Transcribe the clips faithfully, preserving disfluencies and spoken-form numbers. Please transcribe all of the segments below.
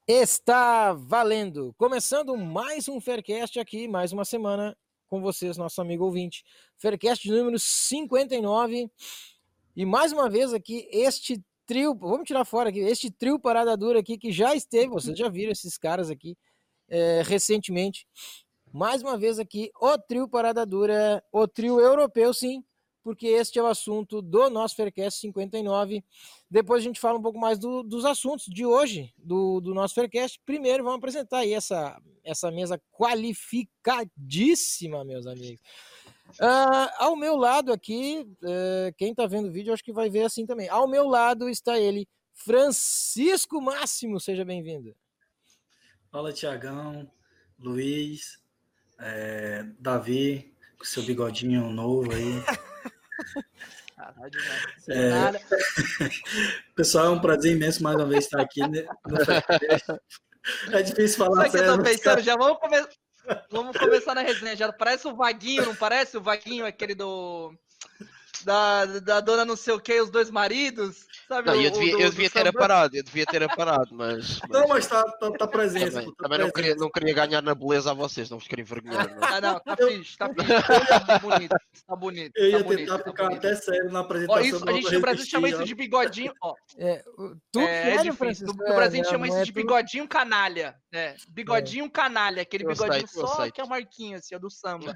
Está valendo! Começando mais um Faircast aqui, mais uma semana com vocês, nosso amigo ouvinte. Faircast número cinquenta e nove. E mais uma vez aqui, este trio, vamos tirar fora aqui, este trio Parada Dura aqui, que já esteve, vocês já viram esses caras aqui é, recentemente. Mais uma vez aqui, o trio Parada Dura, o trio europeu, sim, porque este é o assunto do nosso Faircast cinquenta e nove. Depois a gente fala um pouco mais do, dos assuntos de hoje, do, do nosso Faircast. Primeiro vamos apresentar aí essa, essa mesa qualificadíssima, meus amigos. Uh, ao meu lado aqui, uh, quem tá vendo o vídeo, acho que vai ver assim também. Ao meu lado está ele, Francisco Máximo, seja bem-vindo. Fala, Tiagão, Luiz, é, Davi, com seu bigodinho novo aí. É, pessoal, é um prazer imenso mais uma vez estar aqui no Faircast. É difícil falar Sabe o que eu tô pensando? cara. Já vamos, come... vamos começar na resenha. Já parece o Vaguinho, não parece? O Vaguinho, aquele do... Da, da dona não sei o que, os dois maridos, sabe? Não, o, eu devia, do, eu devia ter aparado, eu devia ter aparado, mas... mas... Não, mas está tá, tá presente. Também, tá também presente. Não, queria, não queria ganhar na beleza a vocês, não vos queria envergonhar. Não. Ah, não, tá fixe, tá fixe. Tá bonito, tá bonito. Eu ia tá tentar bonito, ficar tá bonito. até sério na apresentação. Ó, isso, do a gente no Brasil Resistir, chama isso ó. de bigodinho, ó. É, tu É, é sério, difícil. Francisco? No, no Brasil a gente É, chama não isso é de tu- bigodinho canalha. É, bigodinho canalha, aquele Eu bigodinho aceito, eu só aceito. que é a marquinha, assim, ó, do samba.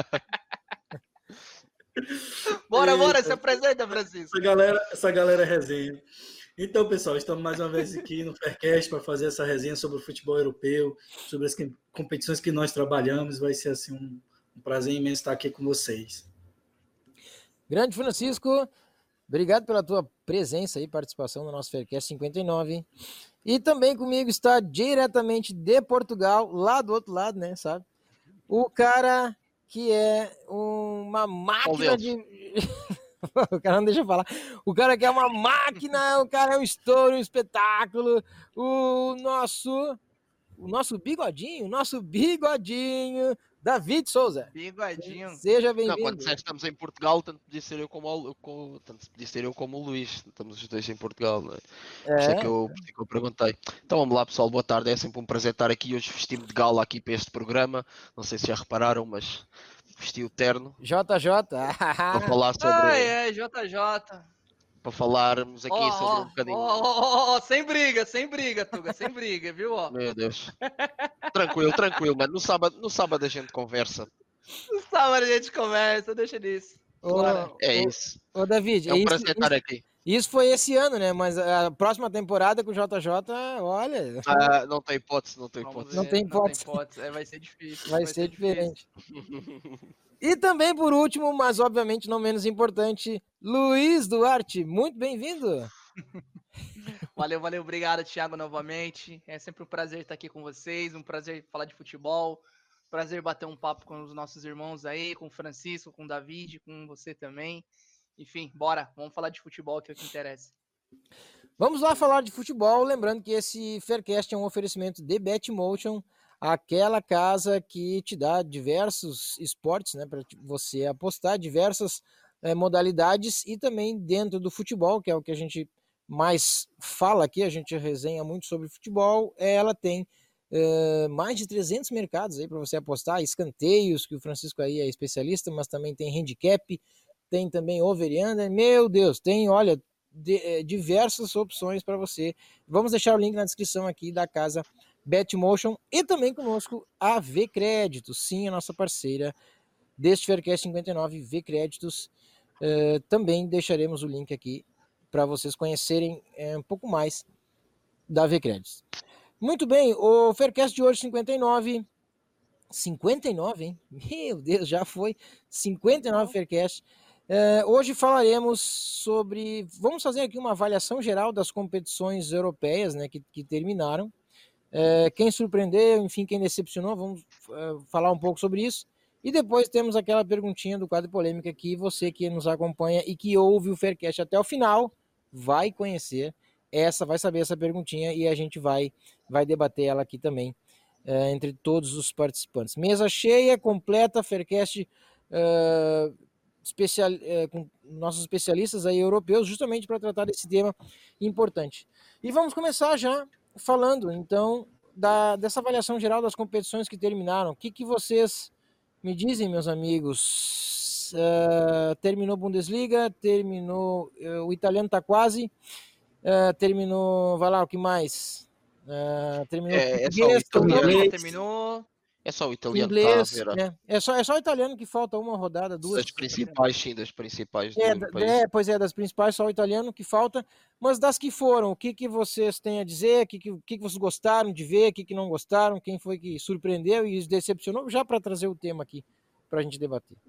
Bora, bora, Eita. se apresenta, Francisco. Essa galera, essa galera é resenha. Então, pessoal, estamos mais uma vez aqui no Faircast para fazer essa resenha sobre o futebol europeu, sobre as que- competições que nós trabalhamos. Vai ser assim um, um prazer imenso estar aqui com vocês. Grande Francisco, obrigado pela tua presença e participação no nosso Faircast cinquenta e nove. E também comigo está diretamente de Portugal, lá do outro lado, né, sabe? O cara que é uma máquina deles? de... O cara não deixa eu falar. O cara que é uma máquina, o cara é um estouro, um espetáculo. O nosso... O nosso bigodinho, o nosso bigodinho, David Souza. Bigodinho. Seja Não, quando bem-vindo. disseste que estamos em Portugal, tanto podia ser eu como o, com, tanto podia ser eu como o Luís. Estamos os dois em Portugal, não é? Por isso é que eu, por isso é que eu perguntei. Então vamos lá, pessoal, boa tarde. É sempre um prazer estar aqui. Hoje vesti-me de gala aqui para este programa. Não sei se já repararam, mas vesti o terno J J. para falar sobre. Ai, é, J J. Para falarmos aqui Ó, sobre ó, um bocadinho. ó, ó, ó, sem briga, sem briga, Tuga, sem briga, viu, ó. Meu Deus. Tranquilo, tranquilo, mano. No sábado, no sábado a gente conversa. No sábado a gente conversa, deixa nisso. Ô, Bora. É ô, isso. Ô, David, É um isso, prazer estar isso, aqui. isso foi esse ano, né? Mas a próxima temporada com o J J, olha, Ah, não tem hipótese, não tem Vamos hipótese. Não ver, tem Não hipótese. tem hipótese. É, vai ser difícil. vai ser difícil. diferente. E também, por último, mas obviamente não menos importante, Luiz Duarte, muito bem-vindo. Valeu, valeu, obrigado, Thiago, novamente. É sempre um prazer estar aqui com vocês, um prazer falar de futebol, prazer bater um papo com os nossos irmãos aí, com o Francisco, com o David, com você também. Enfim, bora, vamos falar de futebol, que é o que interessa. Vamos lá falar de futebol, lembrando que esse Faircast é um oferecimento de Betmotion, aquela casa que te dá diversos esportes, né, para você apostar, diversas eh, modalidades e também dentro do futebol, que é o que a gente mais fala aqui, a gente resenha muito sobre futebol, ela tem eh, mais de trezentos mercados aí para você apostar, escanteios, que o Francisco aí é especialista, mas também tem handicap, tem também over e under, meu Deus, tem, olha, de, eh, diversas opções para você. Vamos deixar o link na descrição aqui da casa Betmotion e também conosco a V Créditos, sim, a nossa parceira deste Faircast cinquenta e nove, V Créditos. Uh, também deixaremos o link aqui para vocês conhecerem é, um pouco mais da V Créditos. Muito bem, o Faircast de hoje cinquenta e nove, cinquenta e nove, hein? Meu Deus, já foi cinquenta e nove Faircast. Uh, hoje falaremos sobre, vamos fazer aqui uma avaliação geral das competições europeias, né, que, que terminaram. É, quem surpreendeu, enfim, quem decepcionou, vamos é, falar um pouco sobre isso. E depois temos aquela perguntinha do quadro polêmica que você que nos acompanha e que ouve o Faircast até o final vai conhecer essa, vai saber essa perguntinha e a gente vai, vai debater ela aqui também é, entre todos os participantes. Mesa cheia, completa, Faircast é, especial, é, com nossos especialistas aí europeus, justamente para tratar desse tema importante. E vamos começar já falando, então, da, dessa avaliação geral das competições que terminaram. O que, que vocês me dizem, meus amigos? Uh, terminou a Bundesliga, terminou, uh, o italiano está quase, uh, terminou, vai lá, o que mais? Uh, terminou É, é o só o português, italiano. Português terminou. É só o italiano que está a inglês, ver. é, é, só, é só o italiano que falta uma rodada, duas. Das principais, sim, das principais É, do país. é, pois é, das principais, só o italiano que falta, mas das que foram, o que, que vocês têm a dizer, o que, que, que vocês gostaram de ver, o que, que não gostaram, quem foi que surpreendeu e decepcionou, já para trazer o tema aqui, para a gente debater.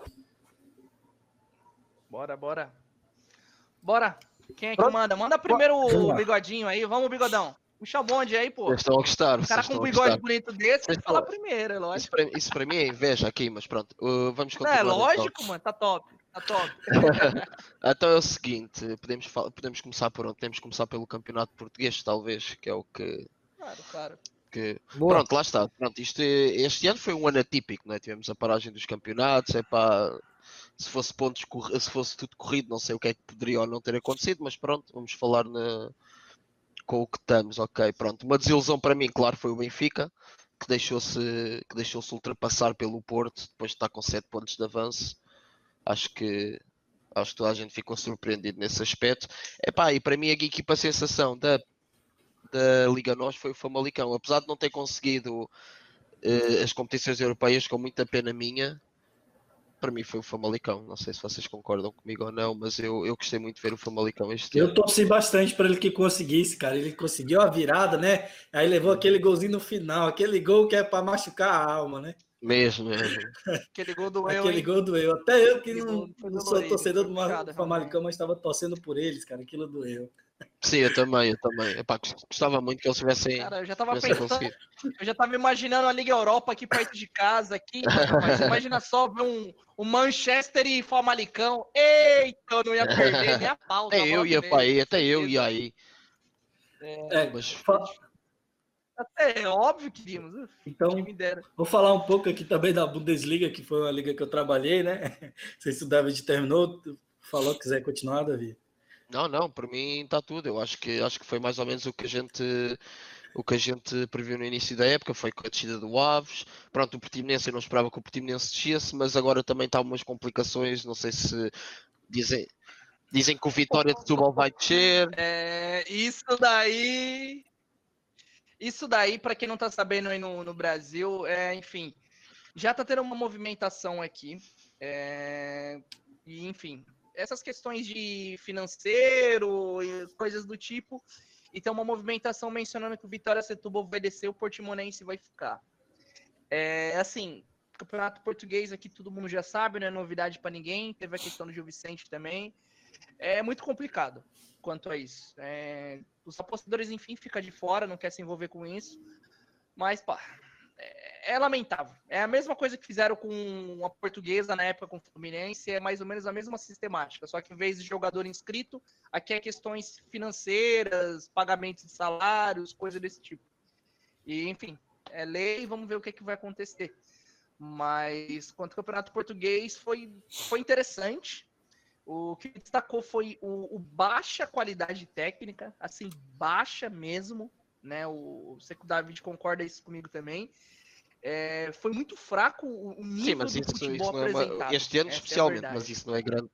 Bora, bora. Bora. Quem é que manda? Manda primeiro o bigodinho aí, vamos, bigodão. Puxa o bonde aí, pô. Vocês estão a gostar. O cara com um bigode bonito desse, tem que falar primeiro, é lógico. Isso para, isso para mim é inveja aqui, mas pronto. Uh, vamos continuar. É lógico, então. Mano, tá top. Tá top. Então é o seguinte, podemos, podemos começar por onde? Podemos começar pelo campeonato português, talvez, que é o que... Claro, claro. Que... Pronto, lá está. Pronto, isto, este ano foi um ano atípico, não é? Tivemos a paragem dos campeonatos, é pá... Se fosse pontos, se fosse tudo corrido, não sei o que é que poderia ou não ter acontecido, mas pronto, vamos falar na... com o que estamos, ok, pronto. Uma desilusão para mim, claro, foi o Benfica, que deixou-se que deixou-se ultrapassar pelo Porto, depois de estar com sete pontos de avanço. Acho que, acho que toda a gente ficou surpreendido nesse aspecto. Epá, e para mim a equipa sensação da, da Liga Nós foi o Famalicão. Apesar de não ter conseguido uh, as competições europeias, com muita pena minha, para mim foi o Famalicão. Não sei se vocês concordam comigo ou não, mas eu, eu gostei muito de ver o Famalicão este ano. Eu torci bastante para ele que conseguisse, cara. Ele conseguiu a virada, né? Aí levou aquele golzinho no final, aquele gol que é para machucar a alma, né? Mesmo, mesmo. Aquele gol doeu, Aquele hein? gol doeu. Até eu que não, não sou torcedor do puxado, Famalicão, mas estava torcendo por eles, cara. Aquilo doeu. Sim, eu também, eu também. Epá, gostava muito que eles tivessem. Cara, eu já tava pensando, eu já tava imaginando a Liga Europa aqui perto de casa, aqui. Mas imagina só ver um, um Manchester e Famalicão. Eita, eu não ia perder nem a pau. Até eu ia para aí, até eu ia aí. É, é mas... É óbvio que vimos. Então, vou falar um pouco aqui também da Bundesliga, que foi uma liga que eu trabalhei, né? Não sei se o David terminou, falou, quiser continuar, David. Não, não, por mim está tudo. Eu acho que, acho que foi mais ou menos o que a gente o que a gente previu no início da época, foi com a descida do Aves. Pronto, o Portimonense, eu não esperava que o Portimonense descesse, mas agora também está umas complicações, não sei se dizem, dizem que o Vitória de Setúbal vai descer. É, isso daí... Isso daí, para quem não está sabendo aí no, no Brasil, é, enfim, já está tendo uma movimentação aqui. É, e, enfim, essas questões de financeiro e coisas do tipo. E tem uma movimentação mencionando que o Vitória Setúbal vai descer, o Portimonense vai ficar. É, assim, campeonato português aqui todo mundo já sabe, não é novidade para ninguém. Teve a questão do Gil Vicente também. É muito complicado quanto a isso. É, os apostadores, enfim, ficam de fora, não quer se envolver com isso. Mas, pá, é, é lamentável. É a mesma coisa que fizeram com a Portuguesa na época com o Fluminense, é mais ou menos a mesma sistemática. Só que em vez de jogador inscrito, aqui é questões financeiras, pagamentos de salários, coisa desse tipo. E, enfim, é lei, vamos ver o que, é que vai acontecer. Mas, quanto ao Campeonato Português, foi, foi interessante. O que destacou foi o, o baixa qualidade técnica, assim, baixa mesmo, né? O, eu sei que o David concorda isso comigo também. É, foi muito fraco o, o nível Sim, mas do isso, futebol isso apresentado. Não é uma, este ano especialmente, é mas isso não é grande.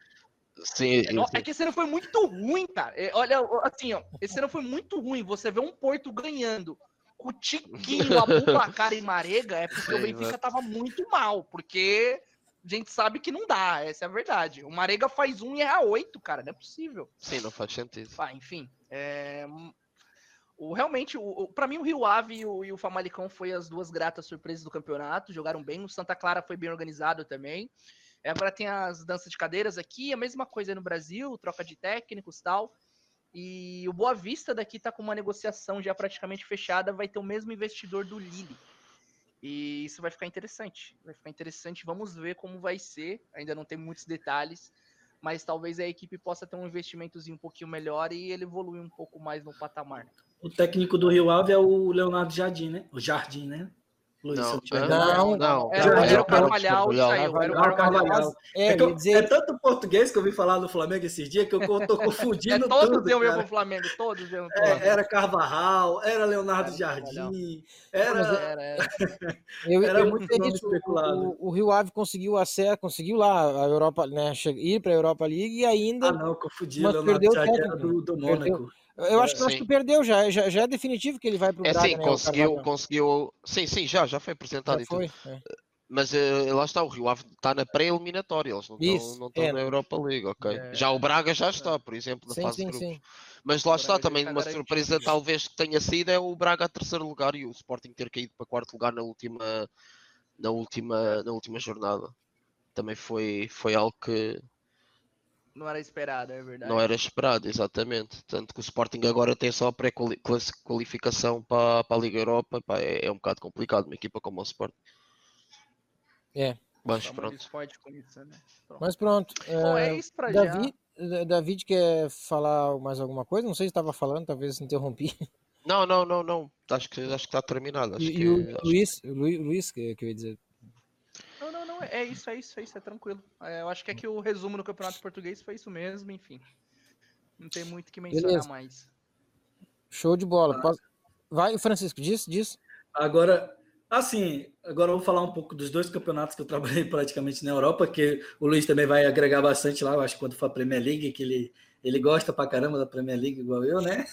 Sim, é, é que esse ano foi muito ruim, cara. É, olha, assim, ó, esse ano foi muito ruim. Você vê um Porto ganhando com o Tiquinho, Abubakar e Marega, é porque Sim, o Benfica mas... tava muito mal, porque... A gente sabe que não dá, essa é a verdade. O Marega faz um e erra oito, cara, não é possível. Sim, não faz sentido. Ah, enfim, é... o, realmente, o, o, para mim o Rio Ave e o, e o Famalicão foi as duas gratas surpresas do campeonato, jogaram bem, o Santa Clara foi bem organizado também. É, agora tem as danças de cadeiras aqui, a mesma coisa no Brasil, troca de técnicos e tal. E o Boa Vista daqui tá com uma negociação já praticamente fechada, vai ter o mesmo investidor do Lille. E isso vai ficar interessante, vai ficar interessante, vamos ver como vai ser, ainda não tem muitos detalhes, mas talvez a equipe possa ter um investimentozinho um pouquinho melhor e ele evoluir um pouco mais no patamar. O técnico do Rio Ave é o Leonardo Jardim, né? O Jardim, né? Luiz, Não, se eu não tiver hã? enganado. Não, Não, Era, Já era era o Carvalhal, Carvalhal. saiu. Era o Ah, o Carvalhal. Carvalhal. É, É, que eu ia eu- dizer- é tanto português que eu vi falar do Flamengo esses dias que eu tô É confundindo todos tudo, iam ver cara. pro Flamengo, todos iam pro É, Flamengo. era Carvajal, era Leonardo Era Carvalhal. Jardim, Não, mas era, Era, era. Eu, era eu ia muito dizer nome isso, especulado. o, o, o Rio Ave conseguiu acesso, conseguiu lá a Europa, né, che- ir para a Europa League e ainda, Ah, não, confundi. mas Leonardo perdeu o Jardim era técnico. do, do Perdeu. Mônaco. Eu acho que eu acho que Sim. perdeu já, já, já é definitivo que ele vai para o É Braga, sim, né, o conseguiu, Carvalhal. conseguiu. Sim, sim, já, já foi Já apresentado e tudo. foi. É. Mas eh, lá está, o Rio Ave está na pré-eliminatória, eles não estão Isso, não estão é. na Europa League, ok? É. Já o Braga já está, por exemplo, na Sim, fase de sim, grupos. sim. Mas lá O está Braga já também está uma garantido surpresa, já. talvez que tenha sido, é o Braga a terceiro lugar e o Sporting ter caído para quarto lugar na última, na última, na última jornada. Também foi, foi algo que Não era esperado, é verdade. não era esperado, exatamente. Tanto que o Sporting agora tem só a pré-qualificação para, para a Liga Europa, pá, é, é um bocado complicado, uma equipa como o Sporting. É. Mas Tá muito pronto. forte com isso, né? Pronto. Mas pronto. Bom, é eh, isso pra Davi, eh, David quer falar mais alguma coisa? Não sei se estava falando, talvez interrompi. Não, não, não, não. Acho que acho que está terminado. Acho E, que, e o acho Luiz, o Luiz, Luiz que, que eu ia dizer. Não, não, não, é isso, é isso, é isso, é tranquilo. É, eu acho que é que o resumo no Campeonato Português foi isso mesmo, enfim. Não tem muito o que mencionar Beleza. mais. Show de bola. Tá. Posso- Vai, Francisco, diz, diz. Agora, assim, agora eu vou falar um pouco dos dois campeonatos que eu trabalhei praticamente na Europa, que o Luiz também vai agregar bastante lá, eu acho que quando for a Premier League, que ele, ele gosta pra caramba da Premier League, igual eu, né?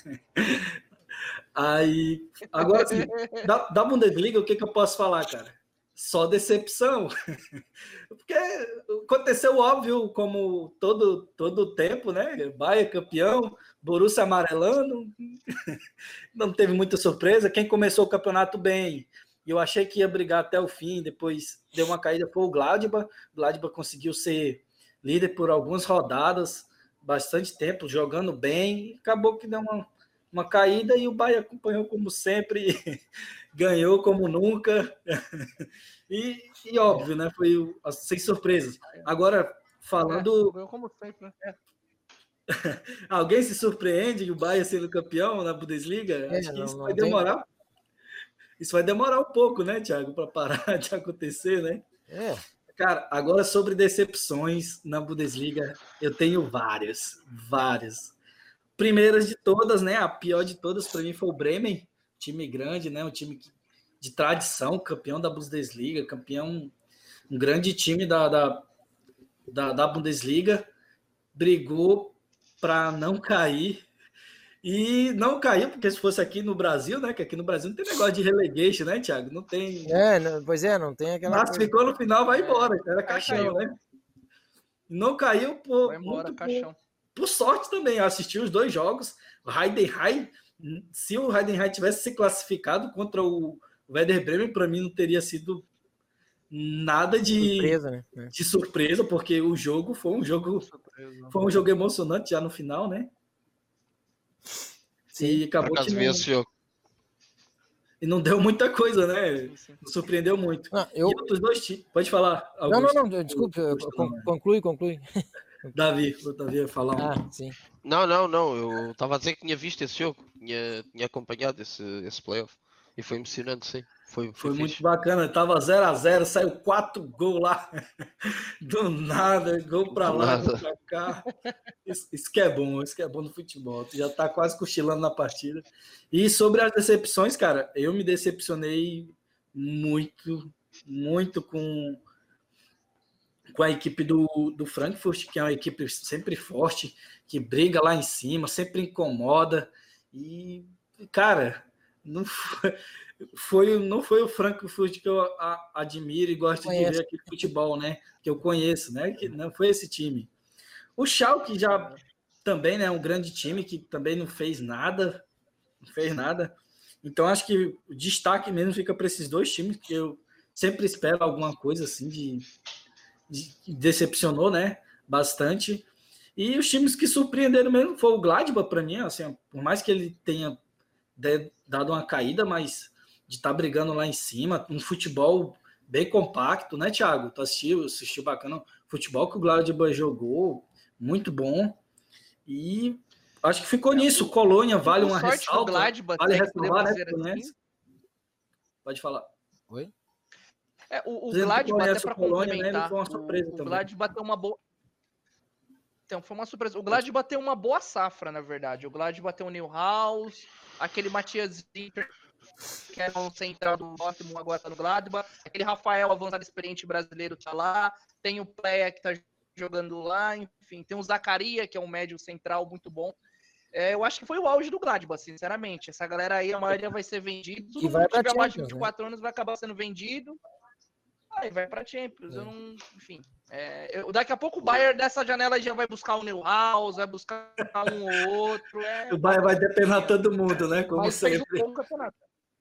Aí, agora, assim, da, da Bundesliga, o que, que eu posso falar, cara? Só decepção. Porque aconteceu óbvio, como todo todo tempo, né? Bayern campeão, Borussia amarelando, não teve muita surpresa. Quem começou o campeonato bem, eu achei que ia brigar até o fim, depois deu uma caída, foi o Gladbach. O Gladbach conseguiu ser líder por algumas rodadas, bastante tempo, jogando bem, acabou que deu uma, uma caída e o Bayern acompanhou como sempre, ganhou como nunca. E, e óbvio, né? Foi o- as- sem surpresas. Agora, falando, É, como sempre, né? É. alguém se surpreende o Bayern sendo campeão na Bundesliga? É, Acho que não- isso não vai tem- demorar. Isso vai demorar um pouco, né, Thiago, para parar de acontecer, né? É. Cara, agora sobre decepções na Bundesliga, eu tenho várias, várias. Primeiras de todas, né? A pior de todas para mim foi o Bremen, time grande, né? Um time que, de tradição, campeão da Bundesliga, campeão, um grande time da, da, da, da Bundesliga, brigou para não cair. E não caiu, porque se fosse aqui no Brasil, né? Que aqui no Brasil não tem negócio de relegation, né, Thiago? Não tem. É, não- pois é, não tem aquela Mas coisa. ficou no final, vai É, embora. Era aí caixão, caiu. né? Não caiu por, Vai embora, muito por, caixão. por sorte também. Eu assisti os dois jogos. O Heidenheim, se o Heidenheim tivesse se classificado contra o Werder Bremen, para mim não teria sido nada de Surpresa, né? É. de surpresa, porque o jogo foi um jogo, Surpresa. foi um jogo emocionante já no final, né? Sim. E Por acabou que acaso vi não, esse jogo. e não deu muita coisa, né? Sim, sim. Não surpreendeu muito. Ah, eu... E outros dois times. Pode falar, Não, não, Augusto. não, desculpe, Augusto, con- né? conclui, conclui. Davi, o Davi ia falar um. Ah, sim. Não, não, não. Eu estava a dizer que tinha visto esse jogo, tinha, tinha acompanhado esse, esse playoff. E foi emocionante, sim. Foi, Foi foi muito fixe. bacana, tava zero a zero, saiu quatro gols lá, do nada, gol pra Do lá, nada. gol pra cá. Isso, isso que é bom, isso que é bom no futebol. Tu já tá quase cochilando na partida. E sobre as decepções, cara, eu me decepcionei muito, muito com, com a equipe do, do Frankfurt, que é uma equipe sempre forte, que briga lá em cima, sempre incomoda. E, cara, não foi, foi, não foi o Frankfurt que eu a, admiro e gosto Conheço. de ver aquele futebol, né? Que eu conheço, né? Que não foi esse time. O Schalke já também, né? É um grande time que também não fez nada, não fez nada. Então acho que o destaque mesmo fica para esses dois times, que eu sempre espero alguma coisa assim de, de que decepcionou, né? Bastante. E os times que surpreenderam mesmo foi o Gladbach para mim, assim, por mais que ele tenha de, dado uma caída, mas de estar tá brigando lá em cima, um futebol bem compacto, né, Thiago? Tu assistiu, assistiu bacana o futebol que o Gladbach jogou, muito bom. E acho que ficou nisso. Colônia vale uma sorte do ressalva. Gladbach Vale tem, ressalvar, podemos né? dizer Fluminense? assim. Pode falar. Oi? É, o, o Gladbach, até para complementar, né, foi uma surpresa o, também. o Gladbach bateu uma boa... Então, foi uma surpresa. O Gladbach bateu uma boa safra, na verdade. O Gladbach bateu o Neuhaus, aquele Matias Zinter, que era o central do Dortmund, agora tá no Gladbach. Aquele Rafael, avançado experiente brasileiro, tá lá. Tem o Pleia, que tá jogando lá. Enfim, tem o Zacaria, que é um médio central muito bom. É, eu acho que foi o auge do Gladbach, sinceramente. Essa galera aí, a maioria vai ser vendido. Todo mundo que tiver mais de vinte e quatro, né, anos vai acabar sendo vendido. Aí vai pra Champions. É. Eu não... Enfim. É, eu, daqui a pouco o Bayern dessa janela já vai buscar o Neuhaus, vai buscar um ou outro. É, o Bayern vai depenar todo mundo, né? Como mas sempre. Fez um bom campeonato.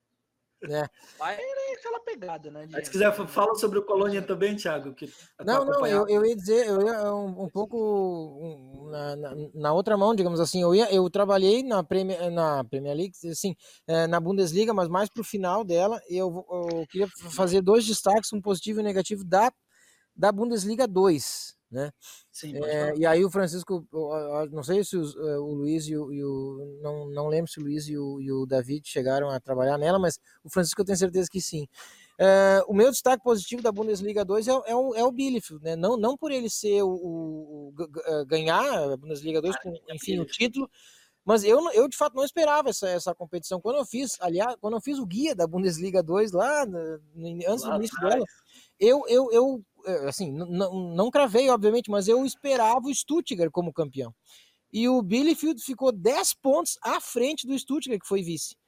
É. Bayern é aquela pegada, né? De... Se quiser, fala sobre o Colônia também, Thiago. Que não, não, eu, eu ia dizer, eu ia um, um pouco um, na, na, na outra mão, digamos assim. Eu, ia, eu trabalhei na Premier, na Premier League, assim, é, na Bundesliga, mas mais pro final dela. Eu, eu queria fazer dois destaques, um positivo e um negativo da, da Bundesliga dois. Né? Sim, é, e aí o Francisco, não sei se os, o Luiz e o, e o não, não lembro se o Luiz e o, e o David chegaram a trabalhar nela, mas o Francisco eu tenho certeza que sim. É, o meu destaque positivo da Bundesliga dois é, é, o, é o Bielefeld, né? não, não por ele ser o, o, o ganhar a Bundesliga dois com, enfim, o título, mas eu, eu de fato não esperava essa, essa competição. Quando eu fiz, aliás, quando eu fiz o guia da Bundesliga dois lá, no, antes do início dela, eu, eu, eu assim, não, não cravei, obviamente, mas eu esperava o Stuttgart como campeão. E o Bielefeld ficou dez pontos à frente do Stuttgart, que foi vice.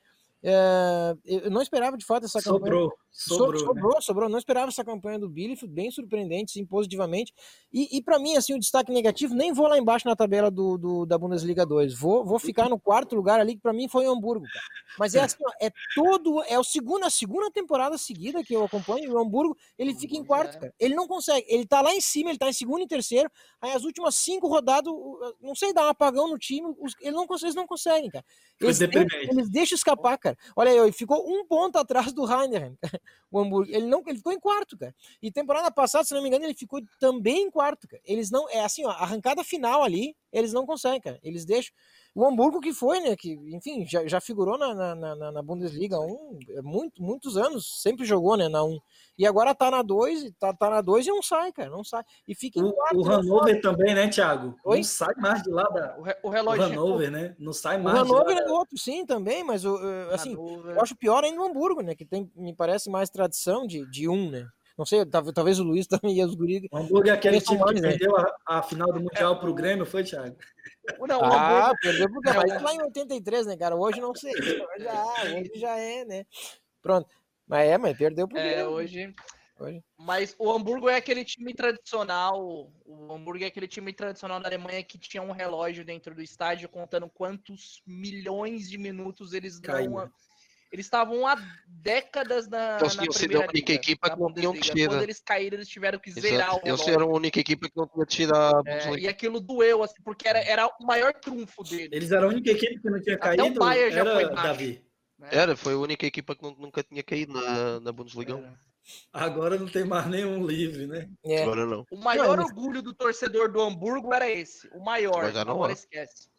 É, eu não esperava de fato essa campanha. Sobrou, sobrou, sobrou, né? sobrou. Não esperava essa campanha do Bielefeld, bem surpreendente, sim, positivamente. E, e para mim, assim, o destaque negativo, nem vou lá embaixo na tabela do, do da Bundesliga dois. Vou, vou ficar no quarto lugar ali, que para mim foi o Hamburgo, cara. Mas é assim, ó, é todo, é o segundo, a segunda temporada seguida que eu acompanho, o Hamburgo, ele fica em quarto, cara. Ele não consegue, ele tá lá em cima, ele tá em segundo e terceiro, aí as últimas cinco rodadas, não sei, dá um apagão no time, ele não, eles não conseguem, cara. Eles, deixam, eles deixam escapar, cara. Olha aí, ele ficou um ponto atrás do Heidenheim, o Hamburgo. Ele não, ele ficou em quarto, cara. E temporada passada, se não me engano, ele ficou também em quarto, cara. Eles não, é assim, ó, a arrancada final ali, eles não conseguem, cara. Eles deixam. O Hamburgo que foi, né, que, enfim, já, já figurou na, na, na, na Bundesliga um, muito, muitos anos, sempre jogou, né, na um. E agora tá na dois, tá, tá na dois e não sai, cara, não sai. E fica em o, quarto. O Hannover também, né, Thiago? Oi? Não sai mais de lá da... O, re, o relógio... O Hannover, né? Não sai mais o Hannover de lá é do outro, sim, também, mas, o, assim, Hannover... eu acho pior ainda o Hamburgo, né, que tem, me parece, mais tradição de, de um, né. Não sei, talvez o Luiz também e os guris. O Hamburgo é aquele time que perdeu a, a final do Mundial pro Grêmio, foi, Thiago? Não, ah, Hamburgo... perdeu pro Grêmio. Mas lá em oitenta e três, né, cara? Hoje não sei. Já, hoje já é, né? Pronto. Mas é, mas perdeu pro Grêmio. É, hoje... hoje. Mas o Hamburgo é aquele time tradicional. O Hamburgo é aquele time tradicional da Alemanha que tinha um relógio dentro do estádio contando quantos milhões de minutos eles dão. Eles estavam há décadas na, eles na primeira a única liga, equipa que não tinham descido. Quando eles caíram, eles tiveram que zerar o Eles eram a única equipa que não tinha descido a é, E aquilo doeu, assim, porque era, era o maior trunfo deles. Eles eram a única equipe que não tinha Até caído, o Bayern já era, foi baixo, Davi? Né? Era, foi a única equipa que nunca tinha caído na, na Bundesliga. Era. Agora não tem mais nenhum livre, né? É. Agora não. O maior não, orgulho do torcedor do Hamburgo era esse, o maior, agora esquece.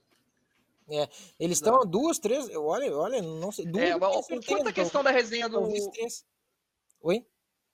É, eles estão duas, três. Olha, olha, não sei. Duas, é, quanto a questão da resenha do. Oi?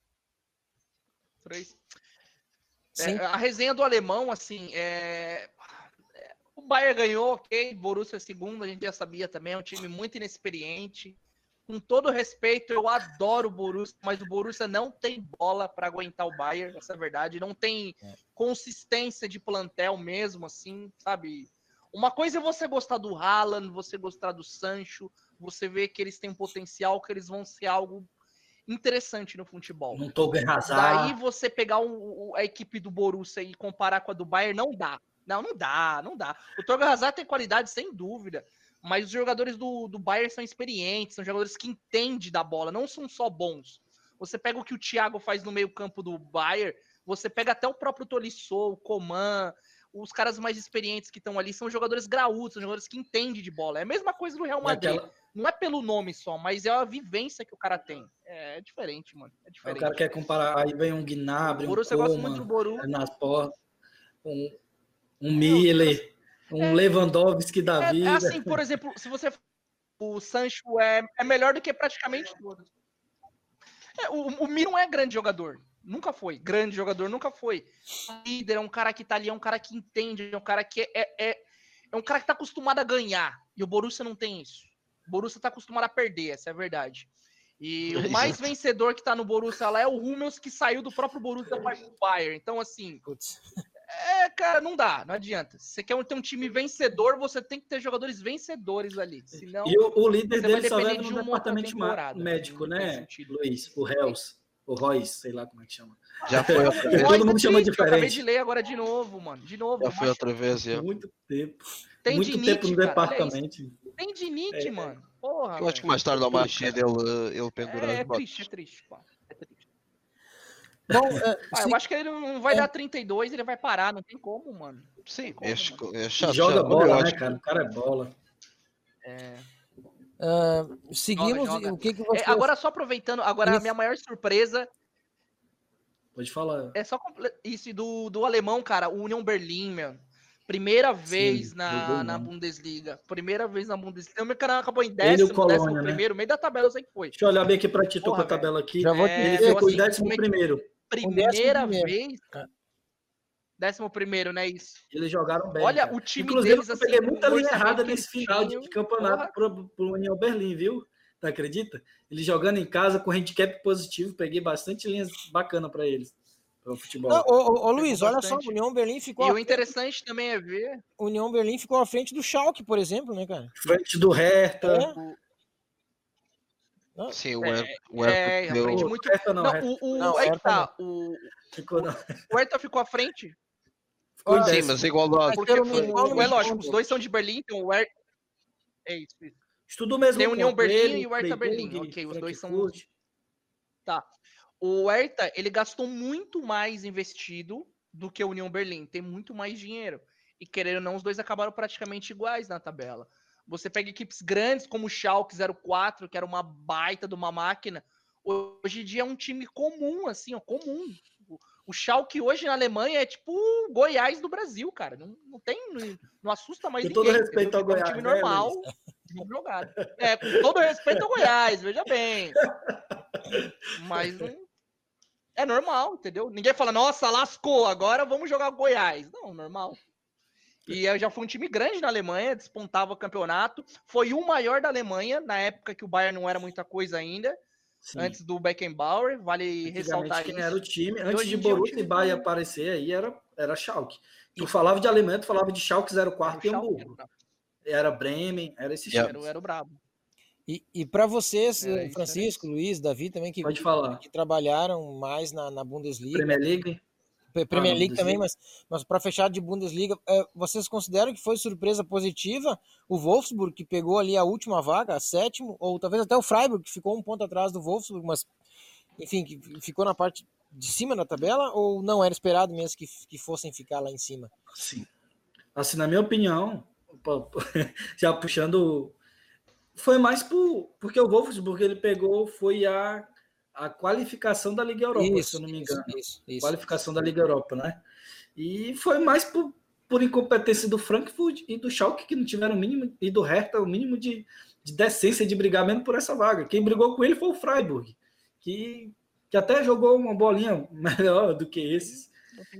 Três. É, a resenha do alemão, assim, é... o Bayern ganhou, ok. Borussia é segundo, a gente já sabia também. É um time muito inexperiente. Com todo respeito, eu adoro o Borussia, mas o Borussia não tem bola para aguentar o Bayern, essa é a verdade. Não tem é. consistência de plantel mesmo, assim, sabe? Uma coisa é você gostar do Haaland, você gostar do Sancho, você vê que eles têm um potencial, que eles vão ser algo interessante no futebol. Não tô arrasado. Daí você pegar um, a equipe do Borussia e comparar com a do Bayern, não dá. Não, não dá, não dá. O Torgan Hazard tem qualidade, sem dúvida, mas os jogadores do, do Bayern são experientes, são jogadores que entendem da bola, não são só bons. Você pega o que o Thiago faz no meio campo do Bayern, você pega até o próprio Tolisso, o Coman... Os caras mais experientes que estão ali são jogadores graúdos, são jogadores que entendem de bola. É a mesma coisa do Real Madrid. Aquela... Não é pelo nome só, mas é a vivência que o cara tem. É diferente, mano. É diferente. O cara quer comparar, aí vem um Gnabry, um Borussia Coman, gosta muito do Borussia. Nas portas, um, um Miller, um é, Lewandowski da é, vida. É assim, por exemplo, se você... O Sancho é, é melhor do que praticamente todos. É, o, o Mir não é grande jogador. Nunca foi. Grande jogador, nunca foi. Líder, é um cara que tá ali, é um cara que entende, é um cara que é, é, é, é um cara que tá acostumado a ganhar. E o Borussia não tem isso. O Borussia tá acostumado a perder, essa é a verdade. E o mais Exato. vencedor que tá no Borussia lá é o Hummels, que saiu do próprio Borussia para o Bayern. Então, assim, Putz. é, cara, não dá, não adianta. Se você quer ter um time vencedor, você tem que ter jogadores vencedores ali. Senão, E o, o líder você vai dele só depender leva de no uma departamento outra ma- temporada. médico, Não tem né, sentido. Luiz? O Reus, o Royce, sei lá como é que chama. Já foi outra Todo vez. Royce mundo é chama triste, eu acabei de diferente. ler agora de novo, mano. De novo. Já foi outra vez, já. Muito tempo. Tem Muito dinite, tempo no cara, olha departamento. Tem dinite, É. mano. Porra, Eu acho que velho. mais tarde ou mais cedo ele, ele pendura É, as é botas. triste, é triste, pá. É triste. Bom, é, Ah, se- eu acho que ele não vai é. dar trinta e dois, ele vai parar, não tem como, mano. Sim, como, é, ch- mano. é E chato. joga chato. Olha, eu bola, acho né, que- cara? O cara é bola. É, ah, joga, seguimos. joga. O que, que É, você. agora, só aproveitando, agora a Isso. minha maior surpresa Pode falar. é só comple- isso do, do alemão, cara, o Union Berlin, meu. Primeira vez na, jogou na muito. Bundesliga. Primeira vez na Bundesliga. O cara acabou em Ele e o décimo, Colônia, décimo né? primeiro, meio da tabela, eu sei que foi. Deixa eu olhar bem aqui pra ti, tô com Porra, a tabela aqui. Já vou te É, Ele dizer. meu, ficou em assim, décimo primeiro. primeira décimo primeiro. vez. É. Décimo primeiro, né? Isso. Eles jogaram bem. Olha, cara. o time Inclusive, deles, eu assim, peguei com muita o linha orçamento errada que nesse eles final de, tinham, de campeonato porra. pro, pro União Berlim, viu? Tu acredita? Eles jogando em casa com handicap positivo, peguei bastante linhas bacanas pra eles, pro futebol. Não, ô, ô, ô, Luiz, Pegou olha só, bastante. o União Berlim ficou E à o frente, interessante também é ver. o União Berlim ficou à frente do Schalke, por exemplo, né, cara? Frente do Hertha. É. o- Não, Sim, o É, Hertha o Hertha É, deu- aprende O muito. Hertha não, Não, Hertha o, o, Não, aí que Hertha tá. O, ficou, não. o Hertha ficou à frente. Ficou em Ah, Sim, décimo. mas igualdade. Mas Porque pelo foi, menos, qual o, é não lógico, conta? os dois são de Berlim, então o Hertha. É isso, isso. Estudou mesmo Tem o União ponto. Berlim Ele, e o Hertha Berlim. Freiburg, Ok, os dois são. Frankfurt. Tá. O Hertha, ele gastou muito mais investido do que o União Berlim. Tem muito mais dinheiro. E querendo ou não, os dois acabaram praticamente iguais na tabela. Você pega equipes grandes como o Schalke zero quatro, que era uma baita de uma máquina. Hoje em dia é um time comum, assim, ó, comum. O, o Schalke hoje na Alemanha é tipo o Goiás do Brasil, cara. Não, não tem, não, não assusta mais Com ninguém. todo respeito entendeu? ao Tipo, é um Goiás, time né, normal, jogo jogado. É, com todo respeito ao Goiás, veja bem. Mas não. É normal, entendeu? Ninguém fala, nossa, lascou, agora vamos jogar Goiás. Não, normal. E aí já foi um time grande na Alemanha, despontava o campeonato. Foi o maior da Alemanha, na época que o Bayern não era muita coisa ainda, Sim. antes do Beckenbauer, vale Antigamente, ressaltar quem isso. era o time, E antes hoje de em dia é um Borussia time e Bayern comum. aparecer aí, era, era Schalke. Tu falava de Alemanha, tu falava de Schalke zero Era o quatro e Schalke, Hamburgo. Era Bremen, era esse Yeah. time. era, o- era o brabo. E, e para vocês, Era eh, isso, Francisco, era Luiz, Davi, também, que, Pode falar. que trabalharam mais na, na Bundesliga, Premier League. Pre- Premier Ah, na League também, Bundesliga. mas, mas para fechar de Bundesliga, eh, vocês consideram que foi surpresa positiva o Wolfsburg, que pegou ali a última vaga, a sétimo, ou talvez até o Freiburg, que ficou um ponto atrás do Wolfsburg, mas, enfim, que ficou na parte de cima da tabela, ou não era esperado mesmo que, que fossem ficar lá em cima? Sim. Assim, na minha opinião, já puxando, foi mais por, porque o Wolfsburg ele pegou, foi a, a qualificação da Liga Europa, se eu não me engano. Isso, isso, isso. Qualificação da Liga Europa, né? E foi mais por, por incompetência do Frankfurt e do Schalke, que não tiveram o mínimo, e do Hertha, o mínimo de, de decência de brigar mesmo por essa vaga. Quem brigou com ele foi o Freiburg, que, que até jogou uma bolinha melhor do que esses.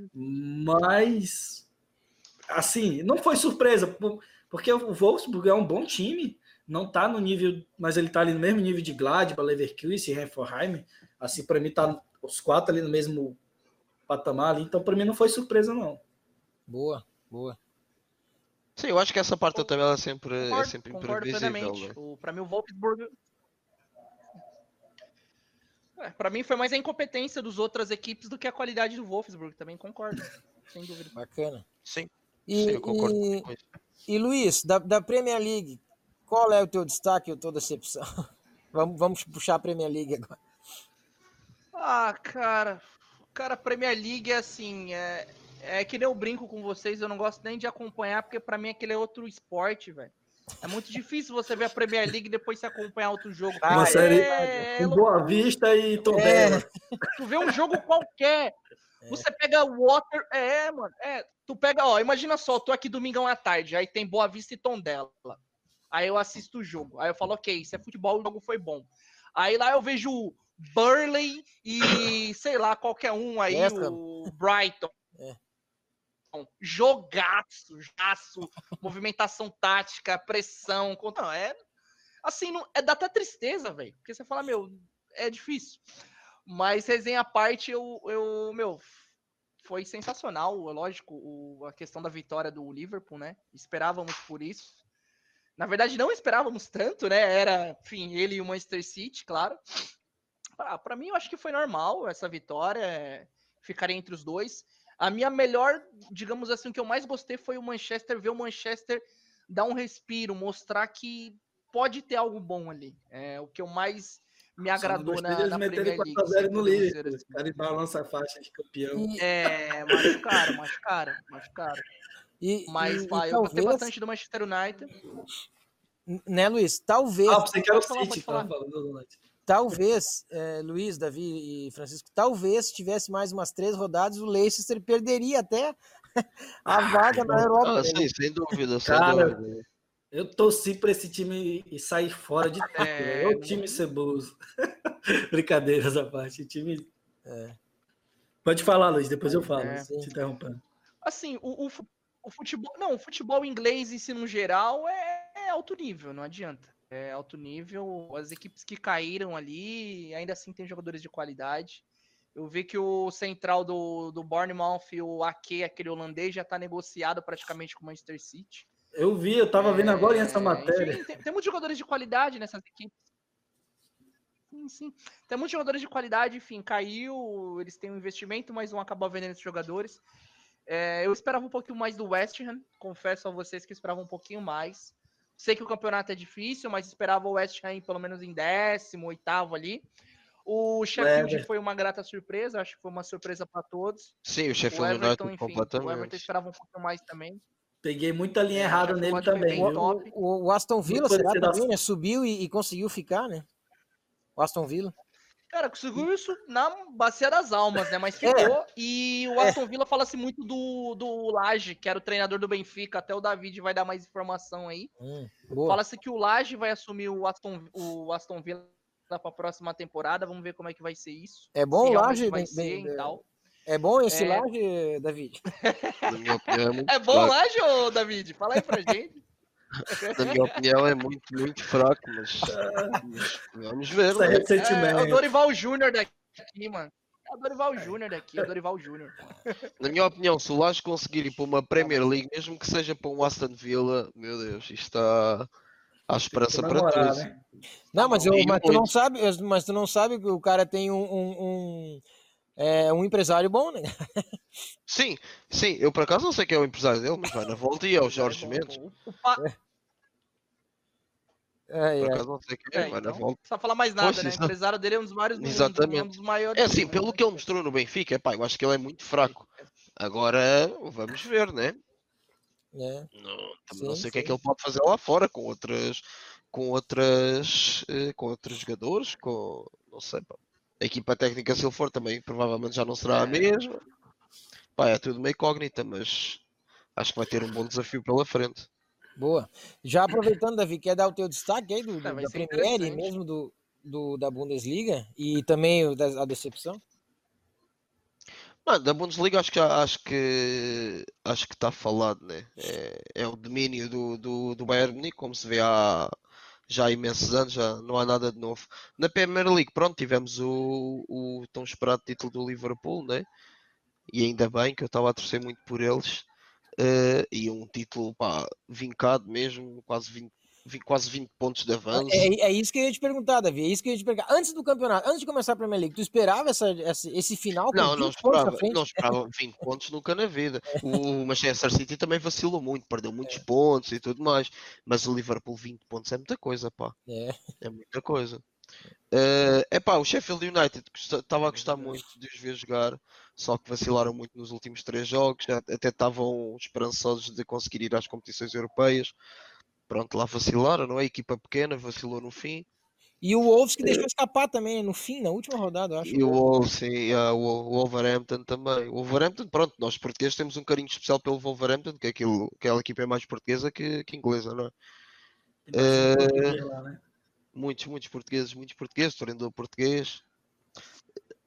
Mas, assim, não foi surpresa, porque o Wolfsburg é um bom time, não está no nível, mas ele está ali no mesmo nível de Gladbach, Leverkusen, Hoffenheim. Assim, para mim, tá os quatro ali no mesmo patamar ali, então para mim não foi surpresa, não. Boa, boa. Sim, eu acho que essa parte da tabela é sempre, é Concordo, sempre concordo imprevisível. plenamente. Né? O, pra mim, o Wolfsburg. É, pra mim, foi mais a incompetência dos outras equipes do que a qualidade do Wolfsburg. Também concordo, sem dúvida. Bacana. Sim, E, sim, eu concordo e, com isso. e Luiz, da, da Premier League, qual é o teu destaque ou tua decepção? vamos, vamos puxar a Premier League agora. Ah, cara. Cara, a Premier League é assim. É, é que nem eu brinco com vocês, eu não gosto nem de acompanhar, porque pra mim aquele é outro esporte, velho. É muito difícil você ver a Premier League e depois se acompanhar outro jogo. Ah, Uma é série é, com Boa Vista e Tondela. Tu vê um jogo qualquer. Você pega o Water. É, mano. É, tu pega, ó, imagina só, eu tô aqui domingão à tarde, aí tem Boa Vista e Tondela. Aí eu assisto o jogo. Aí eu falo, ok, isso é futebol, o jogo foi bom. Aí lá eu vejo Burnley e, sei lá, qualquer um aí, West Ham. o Brighton. É. Jogaço, jogaço, movimentação tática, pressão. Não, é assim, não, é dá até tristeza, velho. Porque você fala, meu, é difícil. Mas resenha à parte, eu, eu meu, foi sensacional. Lógico, o, a questão da vitória do Liverpool, né? Esperávamos por isso. Na verdade, não esperávamos tanto, né? Era, enfim, ele e o Manchester City, claro. Ah, para mim, eu acho que foi normal essa vitória, é, ficar entre os dois. A minha melhor, digamos assim, o que eu mais gostei foi o Manchester, ver o Manchester dar um respiro, mostrar que pode ter algo bom ali. É o que eu mais me agradou na, na Premier League. quatro a zero no Liverpool. Assim. Os caras balançam a faixa de campeão. E, É, machucaram, machucaram, machucaram. e, Mas, e, vai, e eu gostei talvez, bastante do Manchester United. né, Luiz? Talvez, Ah, você quer o Pode falar, City, pode que falar. tava falando do United. talvez, é, Luiz, Davi e Francisco, talvez tivesse mais umas três rodadas, o Leicester perderia até a vaga na Europa. Ah, né? sim, sem dúvida, sem Cara, dúvida. Eu torci para esse time e sair fora de tudo. É, É o time ceboso. Brincadeiras à parte. O time. É. Pode falar, Luiz, depois eu falo, É. te interrompendo. Assim, o, o, o futebol. Não, o futebol inglês em si, no geral, é, é alto nível, não adianta. É alto nível. As equipes que caíram ali, ainda assim tem jogadores de qualidade. Eu vi que o central do, do Bournemouth, o Ake, aquele holandês, já está negociado praticamente com o Manchester City. Eu vi, eu tava vendo agora essa matéria. Enfim, tem, tem muitos jogadores de qualidade nessas equipes. Sim, sim. Tem muitos jogadores de qualidade, enfim, caiu, eles têm um investimento, mas vão acabar vendendo esses jogadores. É, eu esperava um pouquinho mais do West Ham, confesso a vocês que eu esperava um pouquinho mais. Sei que o campeonato é difícil, mas esperava o West Ham pelo menos em décimo, oitavo ali. O Sheffield Everton. foi uma grata surpresa, acho que foi uma surpresa para todos. Sim, o O Sheffield Everton, United enfim, o Everton completamente. esperava um pouquinho mais também. Peguei muita linha É, o errada Sheffield nele United foi também, bem viu? top. O, o Aston Villa, Muito será parecido também, assim. né? Subiu e, e conseguiu ficar, né? O Aston Villa. Cara, conseguiu isso na bacia das almas, né? Mas ficou. É. E o Aston Villa fala-se muito do, do Laje, que era o treinador do Benfica. Até o David vai dar mais informação aí. Hum, boa. Fala-se que o Laje vai assumir o Aston, o Aston Villa para a próxima temporada. Vamos ver como é que vai ser isso. É bom se o realmente Laje, vai bem- ser bem- e tal. É bom esse É. Laje, David? Na minha opinião, é muito É bom fraco. Laje, ô David? Fala aí pra gente. Na minha opinião, é muito, muito fraco, mas, mas vamos ver, Isso é né? É, ressentimento. é o Dorival Júnior daqui, mano. É o Dorival Júnior daqui, é o Dorival Júnior. Na minha opinião, se o Laje conseguir ir para uma Premier League, mesmo que seja para um Aston Villa, meu Deus, isto está há esperança para Namorar, tudo. né? Não, mas, bom. eu, E mas tu não muito. sabe, mas tu não sabe que o cara tem um, um, um, é, um empresário bom, né? Sim, sim, eu por acaso não sei quem é o empresário dele, mas vai na volta e é o Jorge É bom, Mendes. pô. O pa- É, Por é. acaso não sei quem é, É, vai na então, não volta. precisa falar mais nada, Pois, né? O exato. empresário dele é um dos maiores do mundo, Exatamente. um dos maiores É do assim, mundo, pelo né? que ele mostrou no Benfica, epá, eu acho que ele é muito fraco. Agora, vamos ver, né? É. Não, também Sim, não sei o que é sim. que ele pode fazer lá fora com outras, com outras, eh, com outros jogadores, com, não sei, pá. A equipa técnica, se ele for, também provavelmente já não será a É. mesma. Pá, é tudo uma incógnita, mas acho que vai ter um bom desafio pela frente. Boa. Já aproveitando, Davi, quer dar o teu destaque aí do, do- É, vai da ser Premier e interessante. mesmo do, do- da Bundesliga e também o da, a decepção? Mano, da Bundesliga acho que acho que acho que está falado, né? É, é o domínio do, do, do Bayern Munique, como se vê há já há imensos anos, já não há nada de novo. Na Premier League, pronto, tivemos o, o tão esperado título do Liverpool, né? E ainda bem que eu estava a torcer muito por eles. Eh, e um título, pá, vincado mesmo, quase vinte, vi- quase vinte pontos de avanço. É, é isso que eu ia te perguntar, Davi. É isso que eu ia te perguntar. Antes do campeonato, antes de começar a Premier League, tu esperava essa, essa- esse final com Não, não vinte pontos à esperava, frente? não esperava vinte pontos nunca na vida. O Manchester City também vacilou muito, perdeu muitos pontos e tudo mais. Mas o Liverpool vinte pontos é muita coisa, pá. É. É muita coisa. É uh, pá, o Sheffield United estava a gostar muito de os ver jogar, só que vacilaram muito nos últimos três jogos, já até estavam esperançosos de conseguir ir às competições europeias. Pronto, lá vacilaram, não é? Equipa pequena, vacilou no fim. E o Wolves que deixou escapar também, no fim, na última rodada, eu acho. E o Wolves, sim, yeah, o, o Wolverhampton também. O Wolverhampton, pronto, nós portugueses temos um carinho especial pelo Wolverhampton, que é aquilo, aquela equipa é mais portuguesa que, que inglesa, não é? Tem bastante português lá, né? Muitos, muitos portugueses, muitos portugueses, treinador português.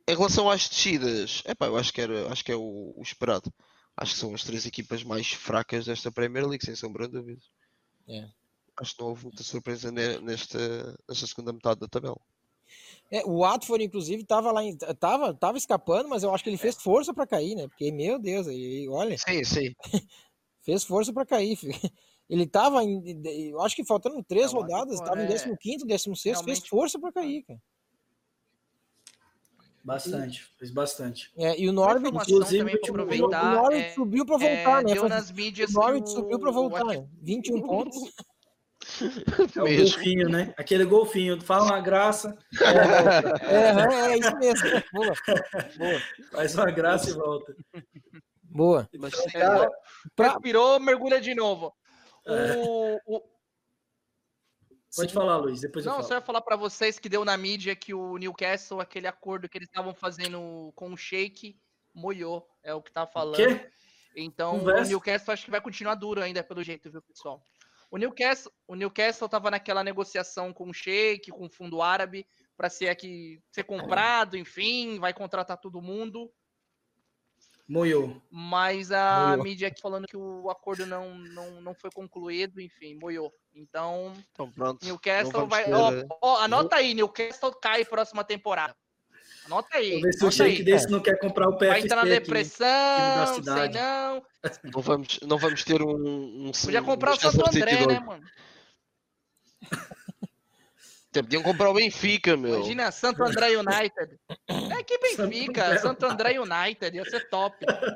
em relação às descidas, epá, eu acho que, era, acho que é o, o esperado. Acho que são as três equipas mais fracas desta Premier League, sem sombra de dúvida. É. Acho que não houve muita surpresa nesta, nesta segunda metade da tabela. É, o Watford, inclusive, estava lá, em, tava, tava escapando, mas eu acho que ele fez força para cair, né? Porque, meu Deus, e, olha. Sim, sim. Fez força para cair. Ele estava, eu acho que faltando três é, rodadas, estava é, em décimo quinto, décimo sexto, fez força para cair, cara. Bastante, e, fez bastante. É, e o Norwich, inclusive, tipo, aproveitar, o Norwich é, subiu para voltar, é, né? Deu nas mídias o Norwich subiu para voltar, o... né? vinte e um pontos. É o golfinho, né? Aquele golfinho, fala uma graça. É, é, é isso mesmo. Boa. Boa. Faz uma graça e volta. Boa. Mas, cara, pra... Respirou, mergulha de novo. É. O, o... Pode Sim. falar, Luiz, depois Não, eu falo. só ia falar para vocês que deu na mídia que o Newcastle, aquele acordo que eles estavam fazendo com o Sheik, molhou, é o que tá falando. Quê? Então, Conversa. o Newcastle acho que vai continuar duro ainda, pelo jeito, viu, pessoal? O Newcastle, o Newcastle tava naquela negociação com o Sheik, com o fundo árabe, para ser aqui, ser comprado, enfim, vai contratar todo mundo. Moiou. Mas a moiou. mídia aqui falando que o acordo não, não, não foi concluído, enfim, moiou. Então, então pronto. Newcastle vai... Ter... Ó, ó, anota aí, Newcastle cai próxima temporada. Anota aí. Vou ver se o Sheik desse não quer comprar o P F C. Vai entrar na depressão, aqui, sei não. Não vamos, não vamos ter um... um Podia comprar um o Santo André, né, mano? Podiam comprar o Benfica, meu. Imagina, Santo André United. É que Benfica, Santo André United, ia ser top.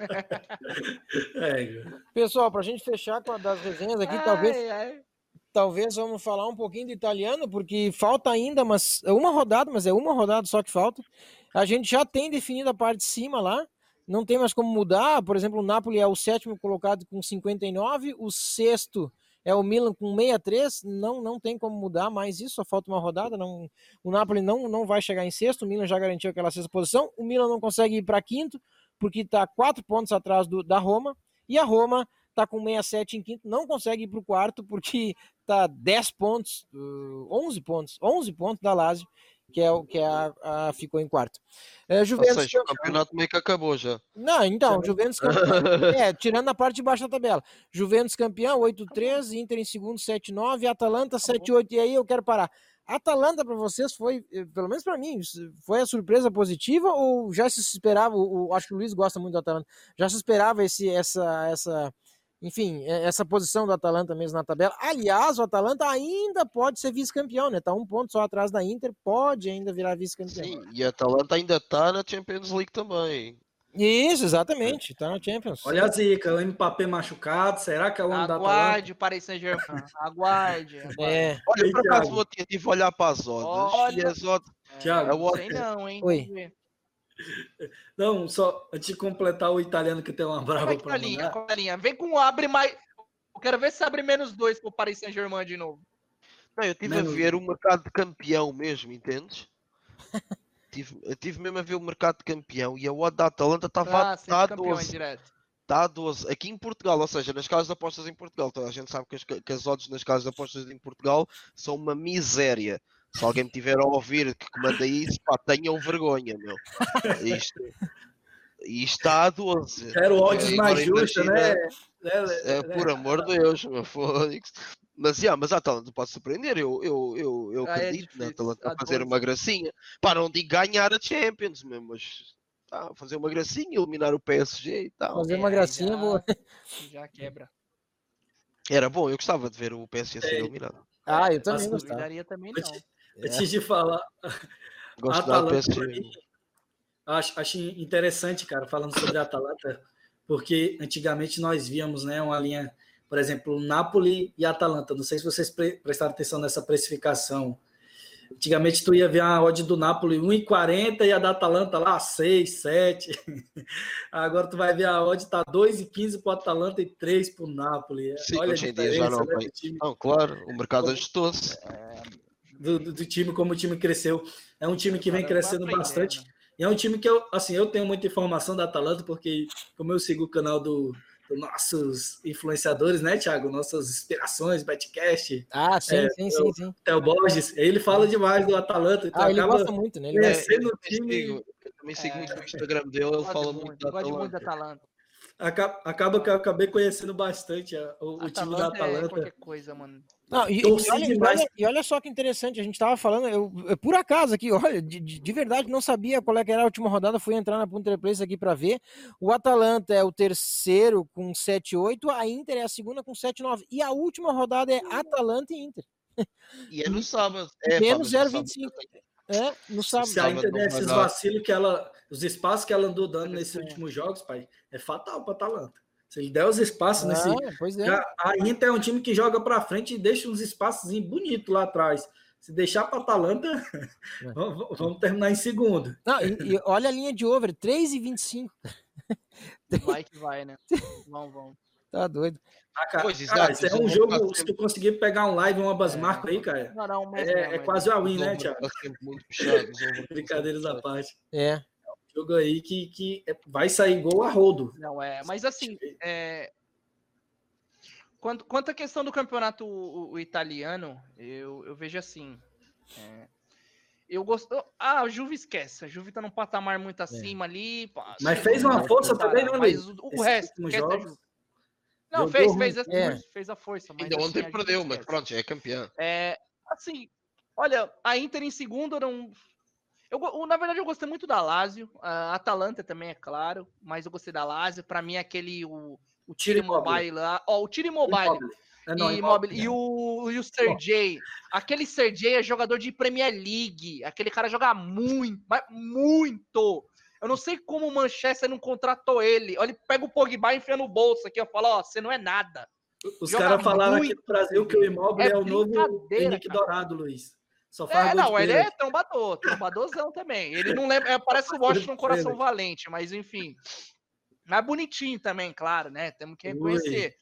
É. Pessoal, pra gente fechar com a das resenhas aqui, ai, talvez, ai. talvez vamos falar um pouquinho de italiano, porque falta ainda mas, uma rodada, mas é uma rodada só que falta. A gente já tem definido a parte de cima lá, não tem mais como mudar. Por exemplo, o Napoli é o sétimo colocado com cinquenta e nove, o sexto é o Milan com sessenta e três, não, não tem como mudar mais isso, só falta uma rodada, não, o Napoli não, não vai chegar em sexto, o Milan já garantiu aquela sexta posição, o Milan não consegue ir para quinto, porque está quatro pontos atrás do, da Roma, e a Roma está com sessenta e sete em quinto, não consegue ir para o quarto, porque está dez pontos, onze pontos, onze pontos da Lazio, que é o que é a, a ficou em quarto. É, Juventus, Ou seja, o campeonato meio que acabou já. Não, então, Juventus campeão, é, tirando a parte de baixo da tabela. Juventus campeão, oito três, Inter em segundo, sete nove, Atalanta sete oito, e aí eu quero parar. Atalanta para vocês foi, pelo menos para mim, foi a surpresa positiva ou já se esperava, o, acho que o Luiz gosta muito do Atalanta, já se esperava esse, essa, essa, enfim, essa posição do Atalanta mesmo na tabela. Aliás, o Atalanta ainda pode ser vice-campeão, né? Tá um ponto só atrás da Inter, pode ainda virar vice-campeão. Sim, e a Atalanta ainda tá na Champions League também. Isso, exatamente, tá na Champions. Olha a zica, o Mbappé machucado, será que é o ano da Atalanta? Aguarde o Paris Saint-Germain, aguarde. aguarde. É. Olha, por acaso vou ter de olhar para as odds. Olha, e as odds... Thiago, é, não sei não, hein? Oi. Não, só antes de completar o italiano que tem uma brava é pra linha, a linha. Vem com abre mais. Eu quero ver se abre menos dois pro Paris Saint-Germain de novo. Não, eu estive menos... a ver o mercado de campeão mesmo, entendes? tive, eu estive mesmo a ver o mercado de campeão e a odd da Atalanta estava ah, a doze. Está a doze. Aqui em Portugal, ou seja, nas casas de apostas em Portugal, toda a gente sabe que as, que as odds nas casas de apostas em Portugal são uma miséria. Se alguém me tiver a ouvir que comanda isso, pá, tenham vergonha, meu. Isto, isto está a doze. Quero odds é, mais justas, né? É, por amor de Deus, meu fônix. Mas, yeah, mas a Atalanta pode surpreender. Eu, eu, eu, eu ah, acredito na é Atalanta a fazer uma gracinha. Pá, não digo ganhar a Champions, mesmo, mas ah, fazer uma gracinha, eliminar o P S G e tal. Fazer uma gracinha já, boa. Já quebra. Era bom, eu gostava de ver o P S G ser eliminado. Ah, eu também não gostava. Duvidaria também não. Antes é. de falar, Gosto Atalanta, P S G. Mim, acho, acho interessante, cara, falando sobre a Atalanta, porque antigamente nós víamos, né, uma linha, por exemplo, Napoli e Atalanta. Não sei se vocês pre- prestaram atenção nessa precificação. Antigamente tu ia ver a odd do Napoli um e quarenta e a da Atalanta lá seis, sete. Agora tu vai ver a odd tá dois e quinze para o Atalanta e três para o Napoli. Sim, olha hoje em dia já não, né, time... não, claro, o mercado ajustou-se. Do, do, do time, como o time cresceu. É um time que vem crescendo bastante. E é um time que eu, assim, eu tenho muita informação da Atalanta, porque como eu sigo o canal do, dos nossos influenciadores, né, Thiago? Nossas inspirações, Betcast. Ah, sim, é, sim, sim, sim. Theo Borges, ele fala demais do Atalanta. Então ah, ele gosta muito, né? Ele conhecendo o time. Eu também sigo muito o Instagram dele, ele fala muito, muito da gosto muito da Atalanta. Atalanta. Acaba, acaba que eu acabei conhecendo bastante a, o, o time da Atalanta. É qualquer coisa, mano. Não, e, e, olha, e, olha, e olha só que interessante, a gente tava falando, eu, eu por acaso aqui, olha, de, de verdade não sabia qual é que era a última rodada, fui entrar na Punta Place aqui para ver. O Atalanta é o terceiro com sete oito, a Inter é a segunda com sete nove, e a última rodada é Atalanta e Inter. E é no sábado. É, menos zero vírgula vinte e cinco. É, no sábado. Se a Inter der esses vacilos que ela, os espaços que ela andou dando nesses últimos jogos, pai, é fatal para Atalanta. Se ele der os espaços ah, nesse. Pois é. A Inter é um time que joga para frente e deixa uns espaços bonitos lá atrás. Se deixar para Atalanta, é. vamos, vamos terminar em segundo. Não, e, e olha a linha de over, três e vinte e cinco. Vai que vai, né? Vamos, vamos. Tá doido. Ah, cara, pois, cara, isso é um jogo, se tu conseguir pegar um live, um ambas é, marcas aí, cara, não, não, mas é, não, é quase a win, né, Thiago? Muito puxado, brincadeiras à parte. É. É um jogo aí que, que vai sair gol a rodo. Não, é, mas assim, é... quanto, quanto à questão do campeonato o, o italiano, eu, eu vejo assim, é... eu gosto. Ah, a Juve esquece. A Juve tá num patamar muito acima é. ali. Pá, mas fez uma força cara, também, né, Mas o, o resto, jogos, não, fez, fez, fez, é. fez a força. Mas ainda ontem assim, perdeu, mas pronto, já é campeão. É, assim, olha, a Inter em segundo não. Eu, na verdade, eu gostei muito da Lazio. A Atalanta também, é claro, mas eu gostei da Lazio. Pra mim, aquele. O, o Tiro Mobile lá. Ó, o Tiro Mobile. É, não, e, Immobile, e o, e o Sergei. Aquele Sergei é jogador de Premier League. Aquele cara joga muito, mas muito. Eu não sei como o Manchester não contratou ele. Olha, ele pega o Pogba e enfia no bolso aqui. Eu falo, ó, você não é nada. Os caras falaram aqui no Brasil que o Immobile é, é o novo Henrique Dourado, Luiz. Só faz é, não, ele é trombador, trombadorzão também. Ele não lembra, é, parece o Washington Coração Valente, mas enfim. Mas bonitinho também, claro, né? Temos que reconhecer.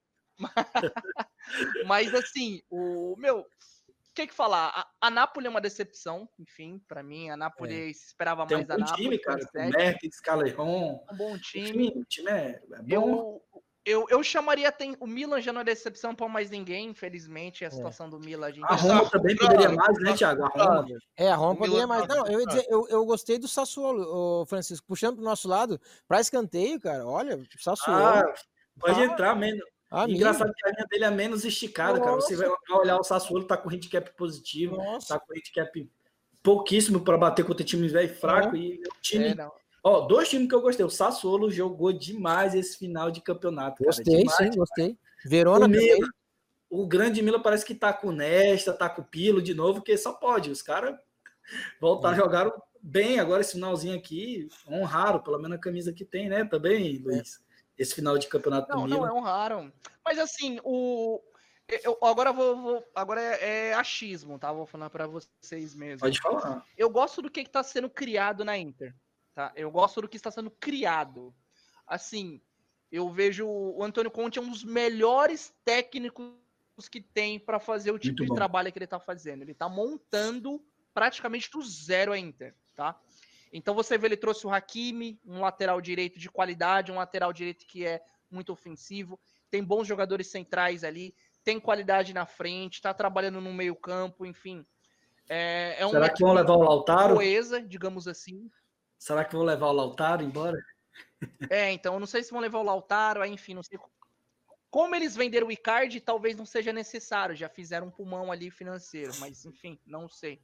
Mas assim, o meu, o que que falar? A, a Napoli é uma decepção, enfim, para mim. A Napoli é. esperava Tem mais um da Napoli. Time, cara, com Merck, Scaleron. Um bom time. O time é, é bom. Eu, eu, eu chamaria, tem, o Milan já não é decepção para mais ninguém, infelizmente. A situação é. do Milan. A, gente a Roma também poderia mais, né, Thiago? A Roma. É, a Roma poderia mais. Não, eu ia dizer, eu, eu gostei do Sassuolo, Francisco, puxando pro nosso lado, para escanteio, cara. Olha, Sassuolo. Ah, pode ah, entrar menos. Ah, engraçado que a linha dele é menos esticada, Nossa. cara. Você vai olhar o Sassuolo, tá com handicap positivo, Nossa. tá com handicap pouquíssimo para bater contra times velho fraco. E o time. É, ó, dois times que eu gostei. O Sassuolo jogou demais esse final de campeonato. Gostei, cara. Demais, sim, demais. gostei. Verona o, Mila, o grande Mila parece que tá com o Nesta, tá com o Pilo de novo, porque só pode. Os caras voltaram, é. jogaram bem agora esse finalzinho aqui. Honraram, pelo menos a camisa que tem, né? Também, Luiz. É. Esse final de campeonato não, do Milan. Não, é honraram. Mas assim, o... Eu, agora vou, vou agora é, é achismo, tá? Vou falar para vocês mesmo. Pode falar. Eu gosto do que está sendo criado na Inter, tá? Eu gosto do que está sendo criado. Assim, eu vejo o Antônio Conte é um dos melhores técnicos que tem para fazer o tipo Muito de bom. trabalho que ele está fazendo. Ele está montando praticamente do zero a Inter, tá? Então você vê, ele trouxe o Hakimi, um lateral direito de qualidade, um lateral direito que é muito ofensivo, tem bons jogadores centrais ali, tem qualidade na frente, tá trabalhando no meio campo, enfim. É, é Será que vão levar o Lautaro? Coesa, digamos assim. Será que vão levar o Lautaro embora? É, então, eu não sei se vão levar o Lautaro, enfim, não sei. Como eles venderam o Icardi, talvez não seja necessário, já fizeram um pulmão ali financeiro, mas enfim, não sei.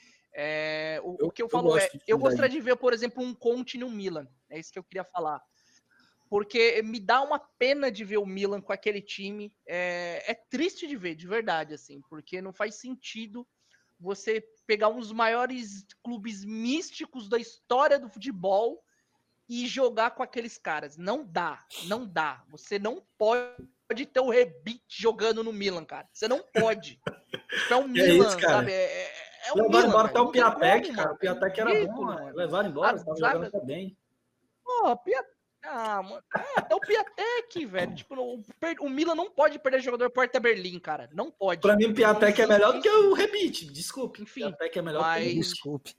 É, o, eu, o que eu, eu falo é, eu gostaria de ver, por exemplo, um Conte no Milan, é isso que eu queria falar, porque me dá uma pena de ver o Milan com aquele time, é, é triste de ver, de verdade, assim, porque não faz sentido você pegar um dos maiores clubes místicos da história do futebol e jogar com aqueles caras, não dá, não dá, você não pode ter o Rebic jogando no Milan, cara, você não pode, é um Milan, é isso, sabe, é, É levaram Milan, embora até o Piatek, cara. O Piatek era ridículo, bom, mano. Levaram embora, estava jogando até bem. Pô, Piatek. Ah, mano. É, até o Piatek, velho. Tipo, o, o Milan não pode perder jogador por Hertha Berlim, cara. Não pode. Pra mim, o Piatek é melhor do que o Rebic. Desculpe. Enfim. O Piatek é melhor mas... do que o Desculpe.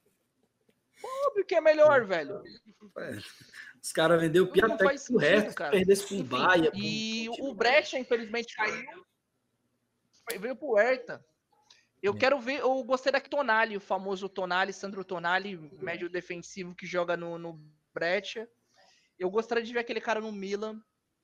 Óbvio que é melhor, velho. É. Os caras venderam o Piatek pro resto, cara. Perdesse pro Baia. E pro... o Brecha, infelizmente, caiu. Veio pro Hertha. Eu quero ver, eu gostei da Tonali, o famoso Tonali, Sandro Tonali, médio defensivo que joga no, no Brescia. Eu gostaria de ver aquele cara no Milan.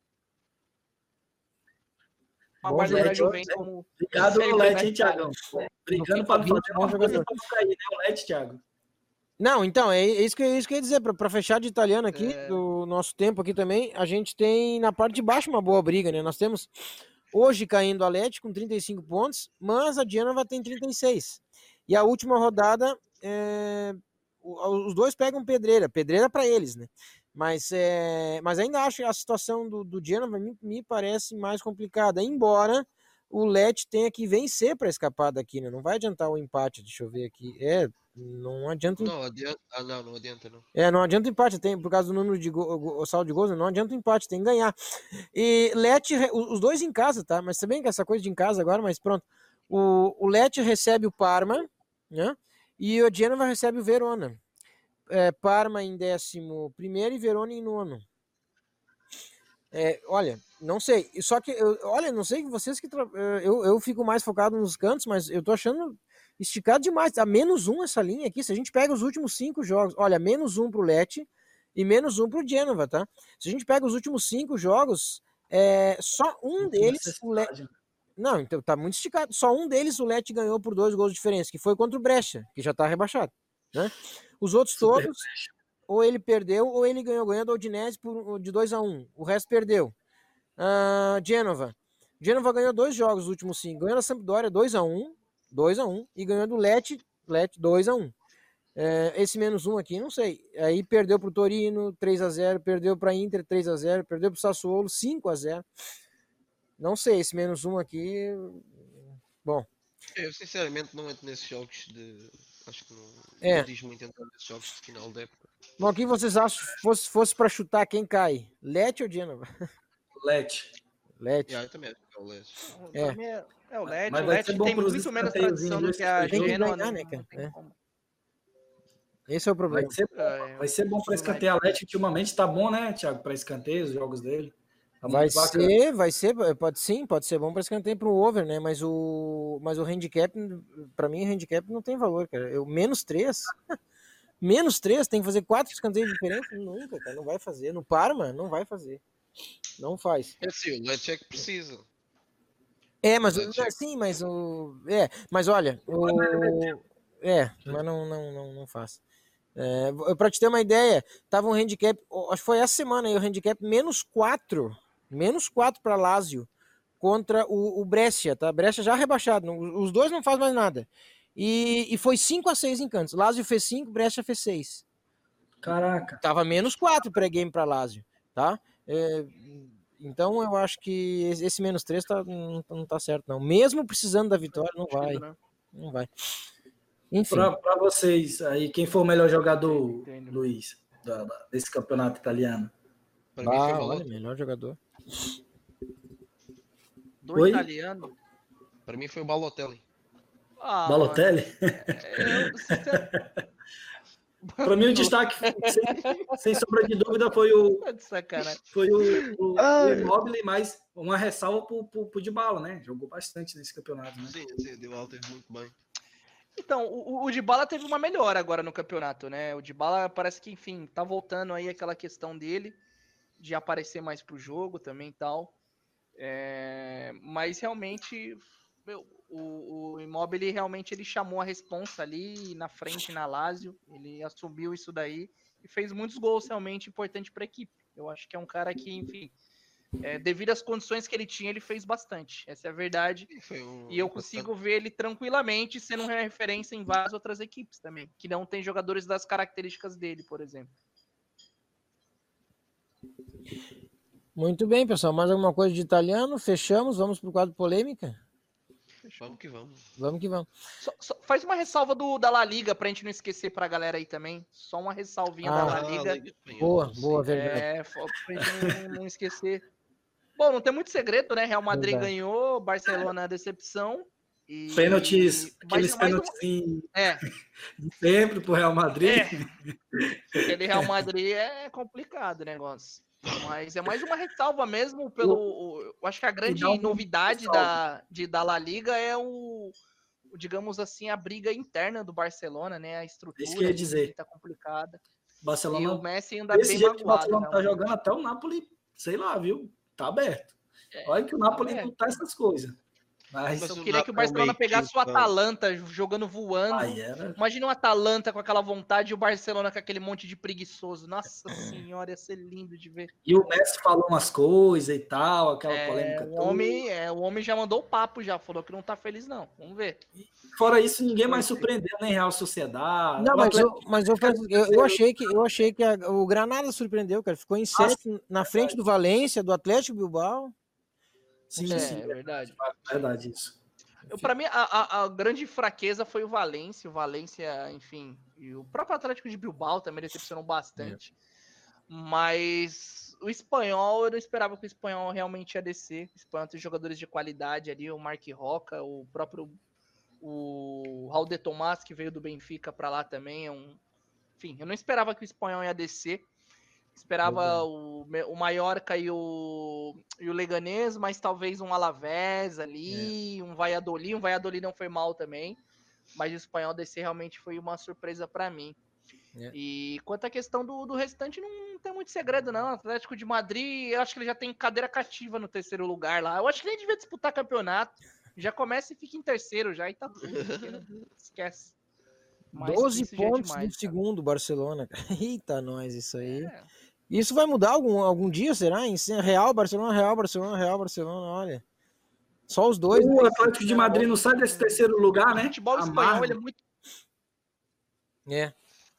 Aguardo a Juventus como... Obrigado, o Lete, hein, Thiagão? Brigando para não fazer uma coisa para não cair, né, o Lete, Thiago? Não, então, é isso que, é isso que eu ia dizer, para fechar de italiano aqui, é... do nosso tempo aqui também, a gente tem na parte de baixo uma boa briga, né? Nós temos hoje caindo a Lecce com trinta e cinco pontos, mas a Genova tem trinta e seis. E a última rodada, é... os dois pegam pedreira, pedreira para eles, né? Mas, é... mas ainda acho que a situação do, do Genova me, me parece mais complicada, embora o Lecce tenha que vencer para escapar daqui, né? Não vai adiantar o empate, deixa eu ver aqui. É... Não adianta. Não adianta. Ah, não, não adianta, não. É, não adianta o empate, tem, por causa do número de go, o saldo de gols, não adianta o empate, tem que ganhar. E Lecce, os dois em casa, tá? Mas também que essa coisa de em casa agora, mas pronto. O, o Lecce recebe o Parma, né? E o Genova recebe o Verona. É, Parma em décimo primeiro e Verona em nono. É, olha, não sei. Só que, eu, olha, não sei que vocês que. Tra... Eu, eu fico mais focado nos cantos, mas eu tô achando esticado demais. Tá menos um essa linha aqui. Se a gente pega os últimos cinco jogos, olha, menos um pro Lecce e menos um pro Genova, tá? Se a gente pega os últimos cinco jogos, é, só um deles. O Lecce... Não, então tá muito esticado. Só um deles o Lecce ganhou por dois gols de diferença, que foi contra o Brescia, que já tá rebaixado, né? Os outros Super todos. Brescia. Ou ele perdeu, ou ele ganhou, ganhando a Udinese por, de dois a um. O resto perdeu. Uh, Genova. Genova ganhou dois jogos nos últimos cinco. Ganhou a Sampdoria dois a um. dois a um. E ganhou do Lecce, Lecce dois a um. É, esse menos um aqui, não sei. Aí perdeu pro Torino, três a zero. Perdeu pra Inter, três a zero. Perdeu pro Sassuolo, cinco a zero. Não sei, esse menos um aqui... Bom. Eu sinceramente não entro nesses jogos de... Acho que não, é. não diz muito entrar nesses jogos de final da época. Bom, o que vocês acham? Fosse, fosse para chutar, quem cai? Lecce ou Genova? Lecce. Lecce. Yeah, eu também acho que é o Lecce. É, é, é o Lecce. Mas o Lecce tem muito menos tradição do que a Genova, né, cara? É. Esse é o problema. Vai ser bom, vai ser bom para escanteio. A Lecce ultimamente tá bom, né, Thiago? Para escanteio, os jogos dele. Tá vai ser, vai ser, pode sim, pode ser bom para escanteio para o over, né? Mas o, mas o handicap, para mim, o handicap não tem valor, cara. Eu menos três, menos três, tem que fazer quatro escanteios diferentes, nunca, cara, não vai fazer. No Parma, não vai fazer, não faz. É sim, o Lecce é que precisa. É, mas o, sim, mas o, é, mas olha, o, é, mas não, não, não, não faz. É, para te ter uma ideia, tava um handicap, acho que foi essa semana aí, o handicap menos quatro. Menos quatro para Lazio contra o, o Brescia, tá? Brescia já rebaixado, não, os dois não fazem mais nada. E, e foi cinco a seis em cantos. Lazio fez cinco, Brescia fez seis. Caraca. Tava menos quatro pré-game para Lazio, tá? É, então eu acho que esse menos três tá, não, não tá certo, não. Mesmo precisando da vitória, não vai. Não vai. Enfim. Para vocês aí, quem foi o melhor jogador, Luiz, da, da, desse campeonato italiano? Para mim foi ah, o olha, melhor jogador. Do Oi? Italiano? Para mim foi o Balotelli. Ah, Balotelli? Para mim o destaque, sem, sem sombra de dúvida, foi o foi o, o, o Immobile, mas uma ressalva pro, pro, pro Dybala, né? Jogou bastante nesse campeonato, né? Sim, sim, o Dybala teve muito bem. Então, o, o Dybala teve uma melhora agora no campeonato, né? O Dybala parece que, enfim, tá voltando aí aquela questão dele de aparecer mais pro jogo também e tal. É, mas realmente meu, o, o Immobile realmente ele chamou a responsa ali na frente na Lazio, ele assumiu isso daí e fez muitos gols realmente importantes para a equipe. Eu acho que é um cara que, enfim, é, devido às condições que ele tinha, ele fez bastante, essa é a verdade. Um, e eu consigo bastante. ver ele tranquilamente sendo uma referência em várias outras equipes também, que não tem jogadores das características dele, por exemplo. Muito bem, pessoal. Mais alguma coisa de italiano? Fechamos. Vamos para o quadro polêmica? Vamos que vamos. Vamos que vamos. Só, só, faz uma ressalva do, da La Liga pra gente não esquecer pra galera aí também. Só uma ressalvinha ah, da La Liga. Liga boa, boa, verdade. É, pra gente não, não esquecer. Bom, não tem muito segredo, né? Real Madrid verdade. ganhou, Barcelona é decepção. E... Pênaltis, aqueles pênaltis uma... é. de sempre pro Real Madrid. É. Aquele Real Madrid é complicado o negócio. Mas é mais uma ressalva mesmo pelo... Eu acho que a grande um novidade da, de, da La Liga é o, digamos assim, a briga interna do Barcelona, né? A estrutura Isso que eu ia dizer. tá complicada. Barcelona, e o Messi ainda desse bem jeito que o magoado. Barcelona tá jogando, até o Napoli, sei lá, viu? Tá aberto. É, Olha que o Napoli tá não tá essas coisas. Mas, Eu Mas o queria que o Napoli Barcelona pegasse o equipa- Atalanta jogando voando. aí era... Imagina o Atalanta com aquela vontade e o Barcelona com aquele monte de preguiçoso. Nossa senhora, ia ser lindo de ver. E o Messi falou umas coisas e tal, aquela É, polêmica o toda. homem, é, o homem já mandou o papo, já falou que não tá feliz, não. Vamos ver. Fora isso, ninguém mais Torcer. surpreendeu, nem Real Sociedade. Não, O mas, Atlético- eu, mas eu, Francisco, eu, eu achei que, eu achei que a- o Granada surpreendeu, cara. Ficou em sétimo, na frente do Valência, do Atlético Bilbao. Sim, É, sim, é verdade. verdade isso. Eu, pra mim, a, a- a grande fraqueza foi o Valência. O Valência, enfim, e o próprio Atlético de Bilbao também decepcionou bastante. Mas o Espanhol, eu não esperava que o Espanhol realmente ia descer. O Espanhol tem jogadores de qualidade ali, o Mark Roca, o próprio o Raul de Tomás, que veio do Benfica pra lá também. É um... Enfim, eu não esperava que o Espanhol ia descer. Esperava o, o Mallorca e o, e o Leganés, mas talvez um Alavés ali, é. um Valladolid. Um Valladolid não foi mal também, mas o Espanhol descer realmente foi uma surpresa para mim. É. E quanto à questão do, do restante, não tem muito segredo, não. O Atlético de Madrid, eu acho que ele já tem cadeira cativa no terceiro lugar lá. Eu acho que nem devia disputar campeonato. Já começa e fica em terceiro já, e tá tudo. Esquece. Mas doze pontos é demais, do segundo, Barcelona. Eita, nós, isso aí. É. Isso vai mudar algum, algum dia, será? Em Real, Barcelona, Real, Barcelona, Real, Barcelona, olha. Só os dois. O Atlético de Madrid não sai desse terceiro lugar, né? O futebol espanhol, ele é muito... É.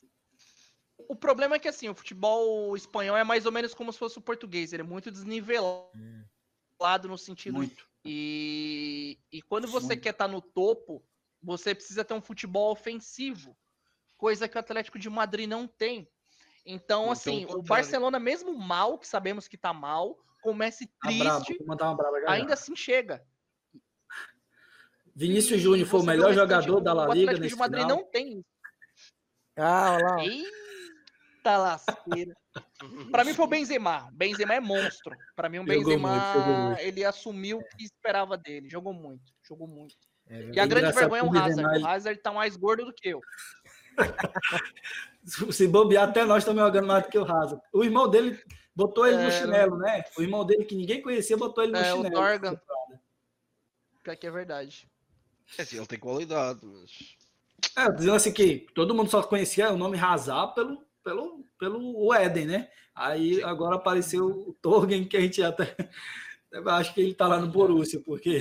O problema é que, assim, o futebol espanhol é mais ou menos como se fosse o português. Ele é muito desnivelado hum. no sentido... Muito. E, e quando você muito. quer estar no topo, você precisa ter um futebol ofensivo. Coisa que o Atlético de Madrid não tem. Então, então assim, o Barcelona, mesmo mal, que sabemos que tá mal, com o Messi triste, brava, brava, ainda assim chega. Vinícius Júnior foi o melhor jogador da La Liga nesse final. O Atlético de Madrid final. não tem. Ah, olha lá. Eita lasqueira. Pra mim foi o Benzema. Benzema é monstro. Pra mim o Benzema, muito, ele assumiu o que esperava dele. Jogou muito, jogou muito. É, e a grande vergonha é o Hazard. O Hazard tá mais gordo do que eu. Se bobear, até nós estamos jogando mais do que o Hazard. O irmão dele botou ele é... no chinelo, né? O irmão dele, que ninguém conhecia, botou ele no é, chinelo. O Dorgan. Pior que é verdade. É assim, ele tem qualidade, mas... É, dizendo assim que todo mundo só conhecia o nome Hazard pelo, pelo, pelo Éden, né? Aí Sim. agora apareceu o Torgan, que a gente até... Eu acho que ele tá lá no Borussia, porque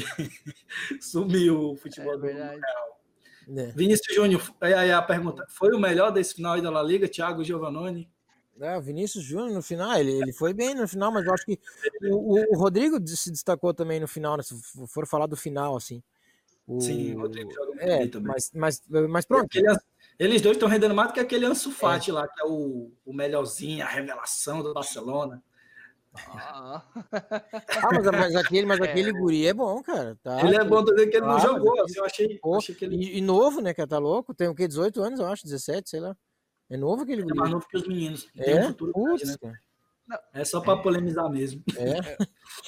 sumiu o futebol é do Real. É. Vinícius Júnior, aí a pergunta, foi o melhor desse final aí da La Liga, Thiago Giovannoni? É, o Vinícius Júnior no final, ele, ele foi bem no final, mas eu acho que o, o Rodrigo se destacou também no final, né, se for falar do final, assim. O... Sim, o Rodrigo jogou muito é, bem também. Mas, mas, mas pronto. Aquele, eles dois estão rendendo mais do que aquele Ansu Fati é. lá, que é o, o melhorzinho, a revelação do Barcelona. Ah, ah mas, mas aquele, mas aquele é. guri é bom, cara. Tá, ele é bom também que ele não ah, jogou. Assim, eu achei, pô, achei que ele... e, e novo, né, cara? Tá louco? Tem o quê? dezoito anos, eu acho, dezessete, sei lá. É novo aquele guri. É mais novo que os meninos. É? Tem um futuro Putz, grande, né? É só pra polemizar mesmo. É.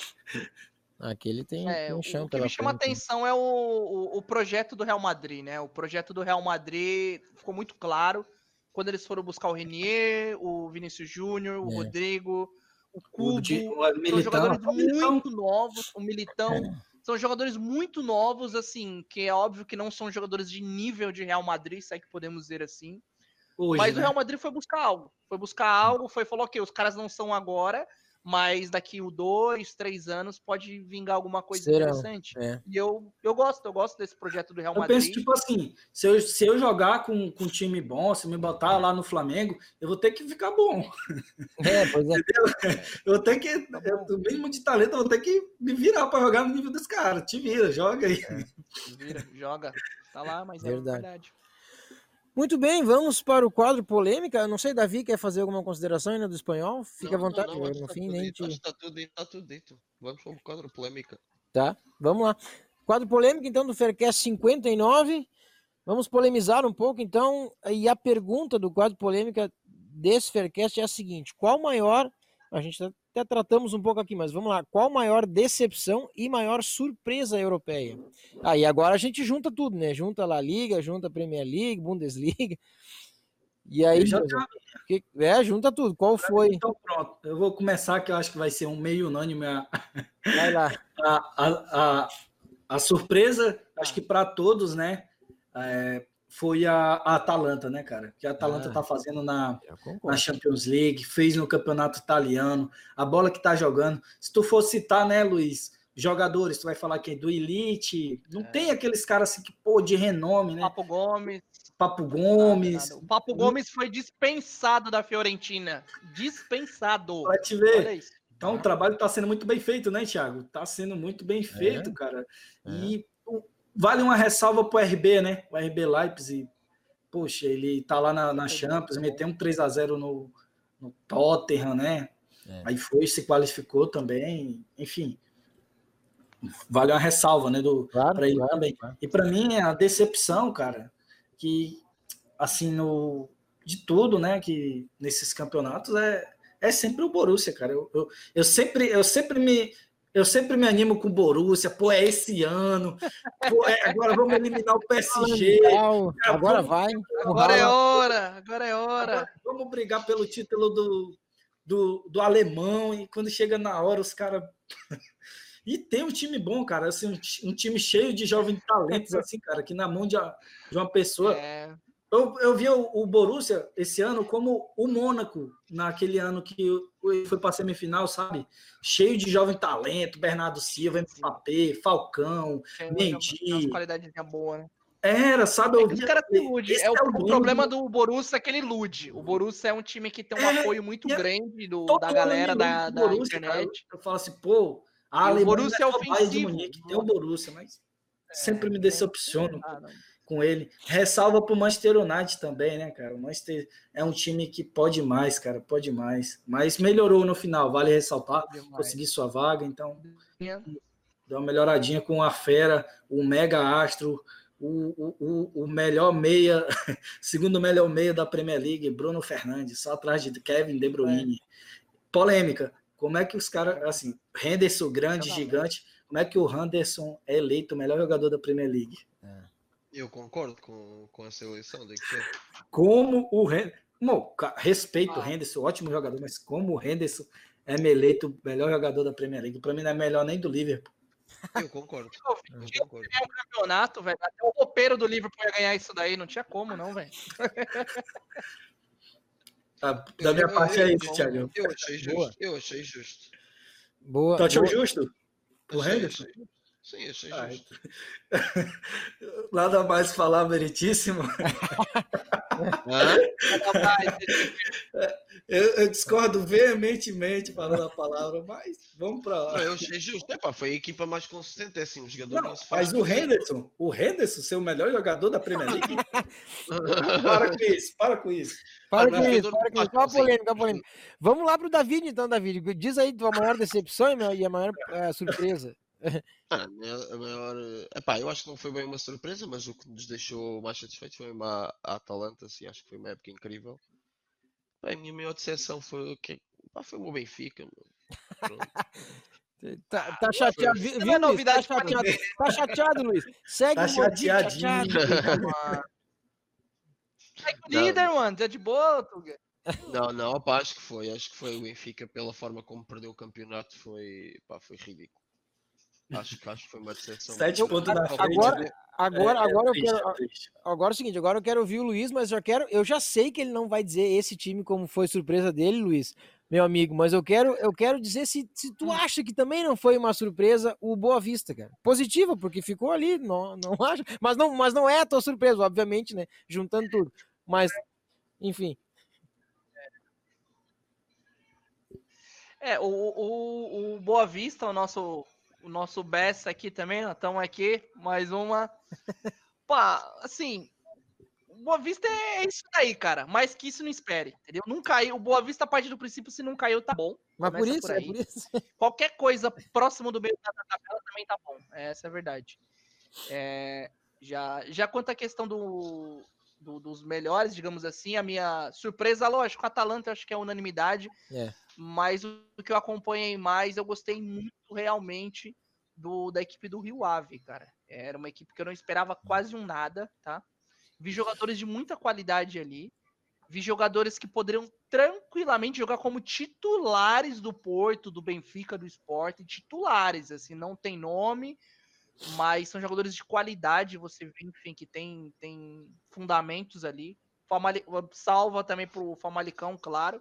Aquele tem, é, tem um chão o que me chama frente. atenção é o, o, o projeto do Real Madrid, né? O projeto do Real Madrid ficou muito claro quando eles foram buscar o Renier, o Vinícius Júnior, o é. Rodrigo, o Cubo, o, o Militão, são jogadores o Militão. muito novos, o Militão, é. são jogadores muito novos, assim, que é óbvio que não são jogadores de nível de Real Madrid, se é que podemos dizer assim, Hoje, mas né? o Real Madrid foi buscar algo, foi buscar algo, foi falou que okay, os caras não são agora, mas daqui a dois, três anos pode vingar alguma coisa Serão, interessante. É. E eu, eu gosto, eu gosto desse projeto do Real eu Madrid. Eu penso, tipo assim, se eu, se eu jogar com, com um time bom, se me botar lá no Flamengo, eu vou ter que ficar bom. É, pois é. Eu vou ter que, eu, o mínimo de talento, eu vou ter que me virar para jogar no nível dos caras. Te vira, joga aí. É. Vira, joga. Tá lá, mas verdade. é verdade. Muito bem, vamos para o quadro polêmica. Eu não sei, Davi, quer fazer alguma consideração ainda do espanhol? Fica não, à vontade. Não, não, no tá fim, nem dito, te... tá tudo dito, tá tudo dito. Vamos para o quadro polêmica. Tá, vamos lá. Quadro polêmica, então, do Faircast cinquenta e nove. Vamos polemizar um pouco, então. E a pergunta do quadro polêmica desse Faircast é a seguinte: qual o maior A gente até tratamos um pouco aqui, mas vamos lá. Qual maior decepção e maior surpresa europeia? Aí ah, agora a gente junta tudo, né? Junta La Liga, junta Premier League, Bundesliga. E aí, já tá... que... é, junta tudo. Qual foi? Então pronto, eu vou começar, que eu acho que vai ser um meio unânime a, vai lá. a, a, a, a surpresa, ah. acho que para todos, né? É, foi a, a Atalanta, né, cara? Que a Atalanta ah, tá fazendo na, na Champions League, fez no campeonato italiano, a bola que tá jogando. Se tu for citar, né, Luiz, jogadores, tu vai falar que é do Elite, não é. tem aqueles caras assim que, pô, de renome, né? Papo Gomes. Papo Gomes. Nada, nada. O Papo Gomes foi dispensado da Fiorentina. Dispensado. Pra te ver. Olha isso. Então, ah. o trabalho tá sendo muito bem feito, né, Thiago? Tá sendo muito bem feito, é. cara. É. E vale uma ressalva pro R B, né? O R B Leipzig, poxa, ele tá lá na, na Champions, meteu um três a zero no, no Tottenham, né? É. Aí foi, se qualificou também, enfim. Vale uma ressalva, né, do claro, para ele claro, também. Claro. E para mim a decepção, cara, que assim no de tudo, né, que nesses campeonatos é, é sempre o Borussia, cara. Eu, eu, eu sempre eu sempre me Eu sempre me animo com o Borussia, pô, é esse ano, pô, é, agora vamos eliminar o P S G. Agora vamos, vai. Agora é hora, agora é hora. Agora vamos brigar pelo título do, do, do alemão, e quando chega na hora, os caras... E tem um time bom, cara, assim, um, um time cheio de jovens talentos, assim, cara, que na mão de, de uma pessoa... É... Eu, eu vi o, o Borussia esse ano como o Mônaco, naquele ano que foi para a semifinal, sabe? Cheio de jovem talento, Bernardo Silva, Mbappé, Falcão, é, Mendy. Uma qualidade boa, né? Era, sabe? Eu é vi, cara se ilude. É, é o, é o problema do Borussia, é que ele ilude. O Borussia é um time que tem um é, apoio muito é, grande do, da galera da, da Borussia, internet. Cara, eu falo assim, pô, a Alemanha, o Borussia é ofensivo. De Munique, tem o Borussia, mas é, sempre me decepciono. É, com ele. Ressalva para o Manchester United também, né, cara? O Manchester é um time que pode mais, cara, pode mais. Mas melhorou no final, vale ressaltar. Conseguir sua vaga, então deu uma melhoradinha com a fera, o mega astro, o, o, o melhor meia, segundo melhor meia da Premier League, Bruno Fernandes, só atrás de Kevin De Bruyne. É. Polêmica. Como é que os caras, assim, Henderson, grande, gigante, como é que o Henderson é eleito o melhor jogador da Premier League? É. Eu concordo com, com essa eleição. De que... Como o Henderson... Respeito ah. o Henderson, ótimo jogador, mas como o Henderson é eleito o melhor jogador da Premier League, para mim não é melhor nem do Liverpool. Eu concordo. Eu tinha concordo. Um campeonato, velho. Até o roupeiro do Liverpool ia ganhar isso daí, não tinha como, não, velho. Ah, da minha eu, parte eu, é isso, Thiago. Eu achei justo. Boa. Eu achei justo. Boa. Tu achou boa. justo? O Henderson? Achei. Sim, achei justo. Ah, nada mais falar, meritíssimo. eu, eu discordo veementemente falando a palavra, mas vamos para lá. Não, eu achei justo. Epa, foi a equipa mais consistente, é assim, o jogador não, não se faz. Mas o Henderson, o Henderson ser o melhor jogador da Premier League? Para com isso, para com isso. Para com isso, para com isso. Qual a polêmica, polêmica. Vamos lá para o David, então, David. Diz aí tua maior decepção e a maior uh, surpresa. Ah, a maior... Epá, eu acho que não foi bem uma surpresa, mas o que nos deixou mais satisfeitos foi uma a Atalanta, assim, acho que foi uma época incrível. Bem, a minha maior decepção foi que Pá, foi o meu Benfica. Tá, tá chateado, viu, Luiz? Novidade, tá chateado, tá chateado, Luiz. Segue tá o chateadinho. Segue o líder, mano. Tá de boa, Tuga. Não, não, pá, acho que foi. Acho que foi o Benfica, pela forma como perdeu o campeonato, foi, pá, foi ridículo. Acho que, acho que foi uma decepção. Sete pontos na frente. Agora, agora, agora, eu quero, agora é o seguinte, agora eu quero ouvir o Luiz, mas eu quero, eu já sei que ele não vai dizer esse time como foi surpresa dele, Luiz, meu amigo, mas eu quero, eu quero dizer se, se tu acha que também não foi uma surpresa o Boa Vista, cara. Positiva, porque ficou ali, não, não acho, mas não, mas não é a tua surpresa, obviamente, né? Juntando tudo. Mas, enfim. É, o, o, o Boa Vista, o nosso, o nosso Bessa aqui também, nós estamos aqui, mais uma. Pá, assim, o Boa Vista é isso daí, cara, mas que isso não espere, entendeu? Não caiu, o Boa Vista parte do princípio, se não caiu, tá bom. Mas por isso, por é por isso. Qualquer coisa próximo do meio da tabela também tá bom, essa é a verdade. É, já, já quanto à questão do, do, dos melhores, digamos assim. A minha surpresa, lógico, a Atalanta eu acho que é unanimidade, É. mas o que eu acompanhei mais, eu gostei muito realmente do, da equipe do Rio Ave, cara. Era uma equipe que eu não esperava quase um nada, tá? Vi jogadores de muita qualidade ali. Vi jogadores que poderiam tranquilamente jogar como titulares do Porto, do Benfica, do Sport, titulares, assim, não tem nome, mas são jogadores de qualidade, você vê, enfim, que tem, tem fundamentos ali. Famali... Salva também pro Famalicão, claro.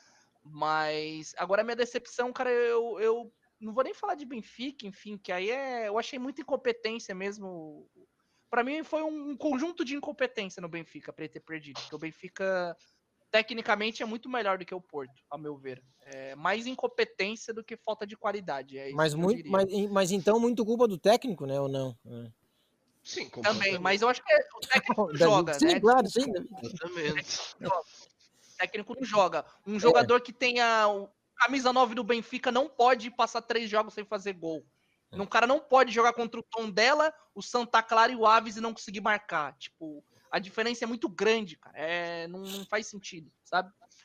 Mas agora a minha decepção, cara, eu, eu não vou nem falar de Benfica, enfim, que aí é. Eu achei muita incompetência mesmo. Para mim foi um conjunto de incompetência no Benfica para ele ter perdido, porque o Benfica tecnicamente é muito melhor do que o Porto, a meu ver. É mais incompetência do que falta de qualidade, é isso Mas, que eu muito, diria. mas, mas então muito culpa do técnico, né? Ou não? É. Sim, Também, mas eu acho que o técnico não joga, sim, né? Claro, sim, Exatamente. O técnico não joga. Um jogador é. que tenha o camisa nove do Benfica não pode passar três jogos sem fazer gol. Um cara não pode jogar contra o Tondela, o Santa Clara e o Aves e não conseguir marcar. Tipo, a diferença é muito grande, cara. É, não, não faz sentido, sabe?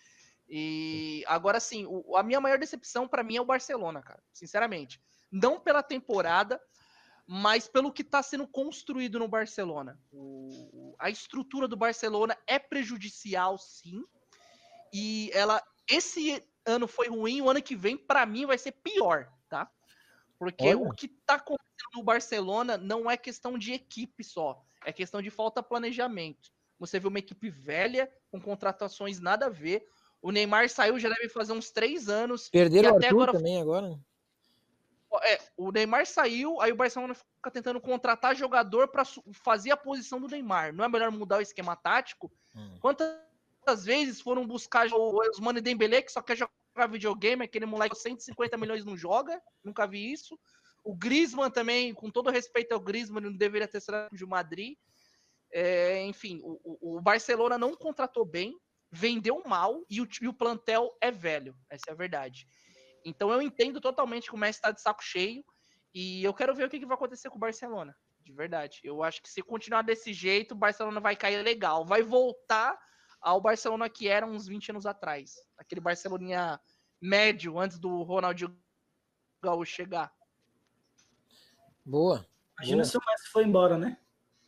E agora sim, o, a minha maior decepção para mim é o Barcelona, cara. Sinceramente. Não pela temporada, mas pelo que está sendo construído no Barcelona. O, a estrutura do Barcelona é prejudicial, sim. E ela, esse ano foi ruim, o ano que vem, para mim, vai ser pior, tá? Porque Olha. o que tá acontecendo no Barcelona não é questão de equipe só, é questão de falta de planejamento. Você vê uma equipe velha, com contratações nada a ver. O Neymar saiu, já deve fazer uns três anos. Perderam e o até Arthur agora também agora. É, o Neymar saiu, aí o Barcelona fica tentando contratar jogador para fazer a posição do Neymar. Não é melhor mudar o esquema tático? Hum. Quantas vezes foram buscar o Ousmane Dembélé, que só quer jogar videogame, aquele moleque cento e cinquenta milhões não joga? Nunca vi isso. O Griezmann também, com todo respeito ao Griezmann, não deveria ter saído de Madrid. É, enfim, o, o Barcelona não contratou bem, vendeu mal e o, e o plantel é velho. Essa é a verdade. Então eu entendo totalmente que o Messi está de saco cheio e eu quero ver o que, que vai acontecer com o Barcelona, de verdade. Eu acho que se continuar desse jeito, o Barcelona vai cair legal. Vai voltar ao Barcelona que era uns vinte anos atrás. Aquele Barceloninha médio, antes do Ronaldinho Gaúcho chegar. Boa. Imagina boa. se o Messi foi embora, né?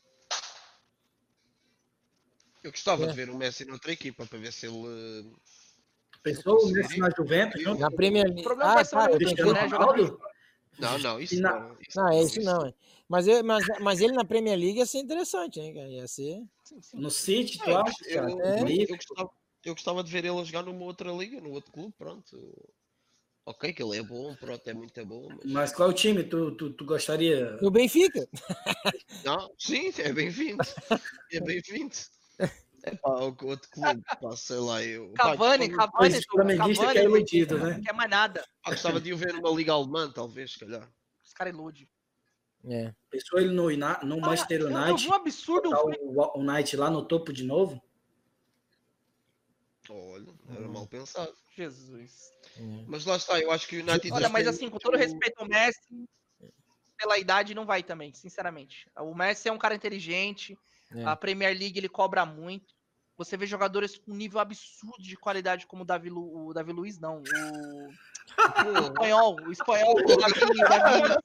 Eu gostava é. de ver o Messi noutra equipa, para ver se ele... Pensou o Messi na Juventus? Na, na Premier League. O problema ah, tá, eu pensei... né, Não, não, isso na... não. Isso não, é isso não. É. Mas, eu, mas, mas ele na Premier League ia ser interessante, né? Ia ser... No City, tu é, acha? Eu, eu, é. eu, gostava, eu gostava de ver ele jogar numa outra liga, num outro clube, pronto. Ok, que ele é bom, pronto, é muito bom. Mas, mas qual time tu, tu, tu gostaria? No Benfica. Não, sim, é bem-vindo. É bem-vindo. É pá, outro clube, pá, sei lá, eu... Cavani, pá, Cavani, o flamenguista que é iludido, né? Não quer mais nada. Ah, gostava de o ver numa liga alemã, talvez, se calhar. Os caras iludem. É. Pensou ele no, no Manchester ah, United? Eu, eu um absurdo. O United lá no topo de novo? Olha, era hum. mal pensado. Jesus. Hum. Mas lá está, eu acho que o United... Olha, mas assim, com todo respeito ao Messi, pela idade não vai também, sinceramente. O Messi é um cara inteligente, é. A Premier League ele cobra muito. Você vê jogadores com nível absurdo de qualidade como o Davi, Lu, o Davi Luiz, não. O, o espanhol, o espanhol, o Davi, Davi...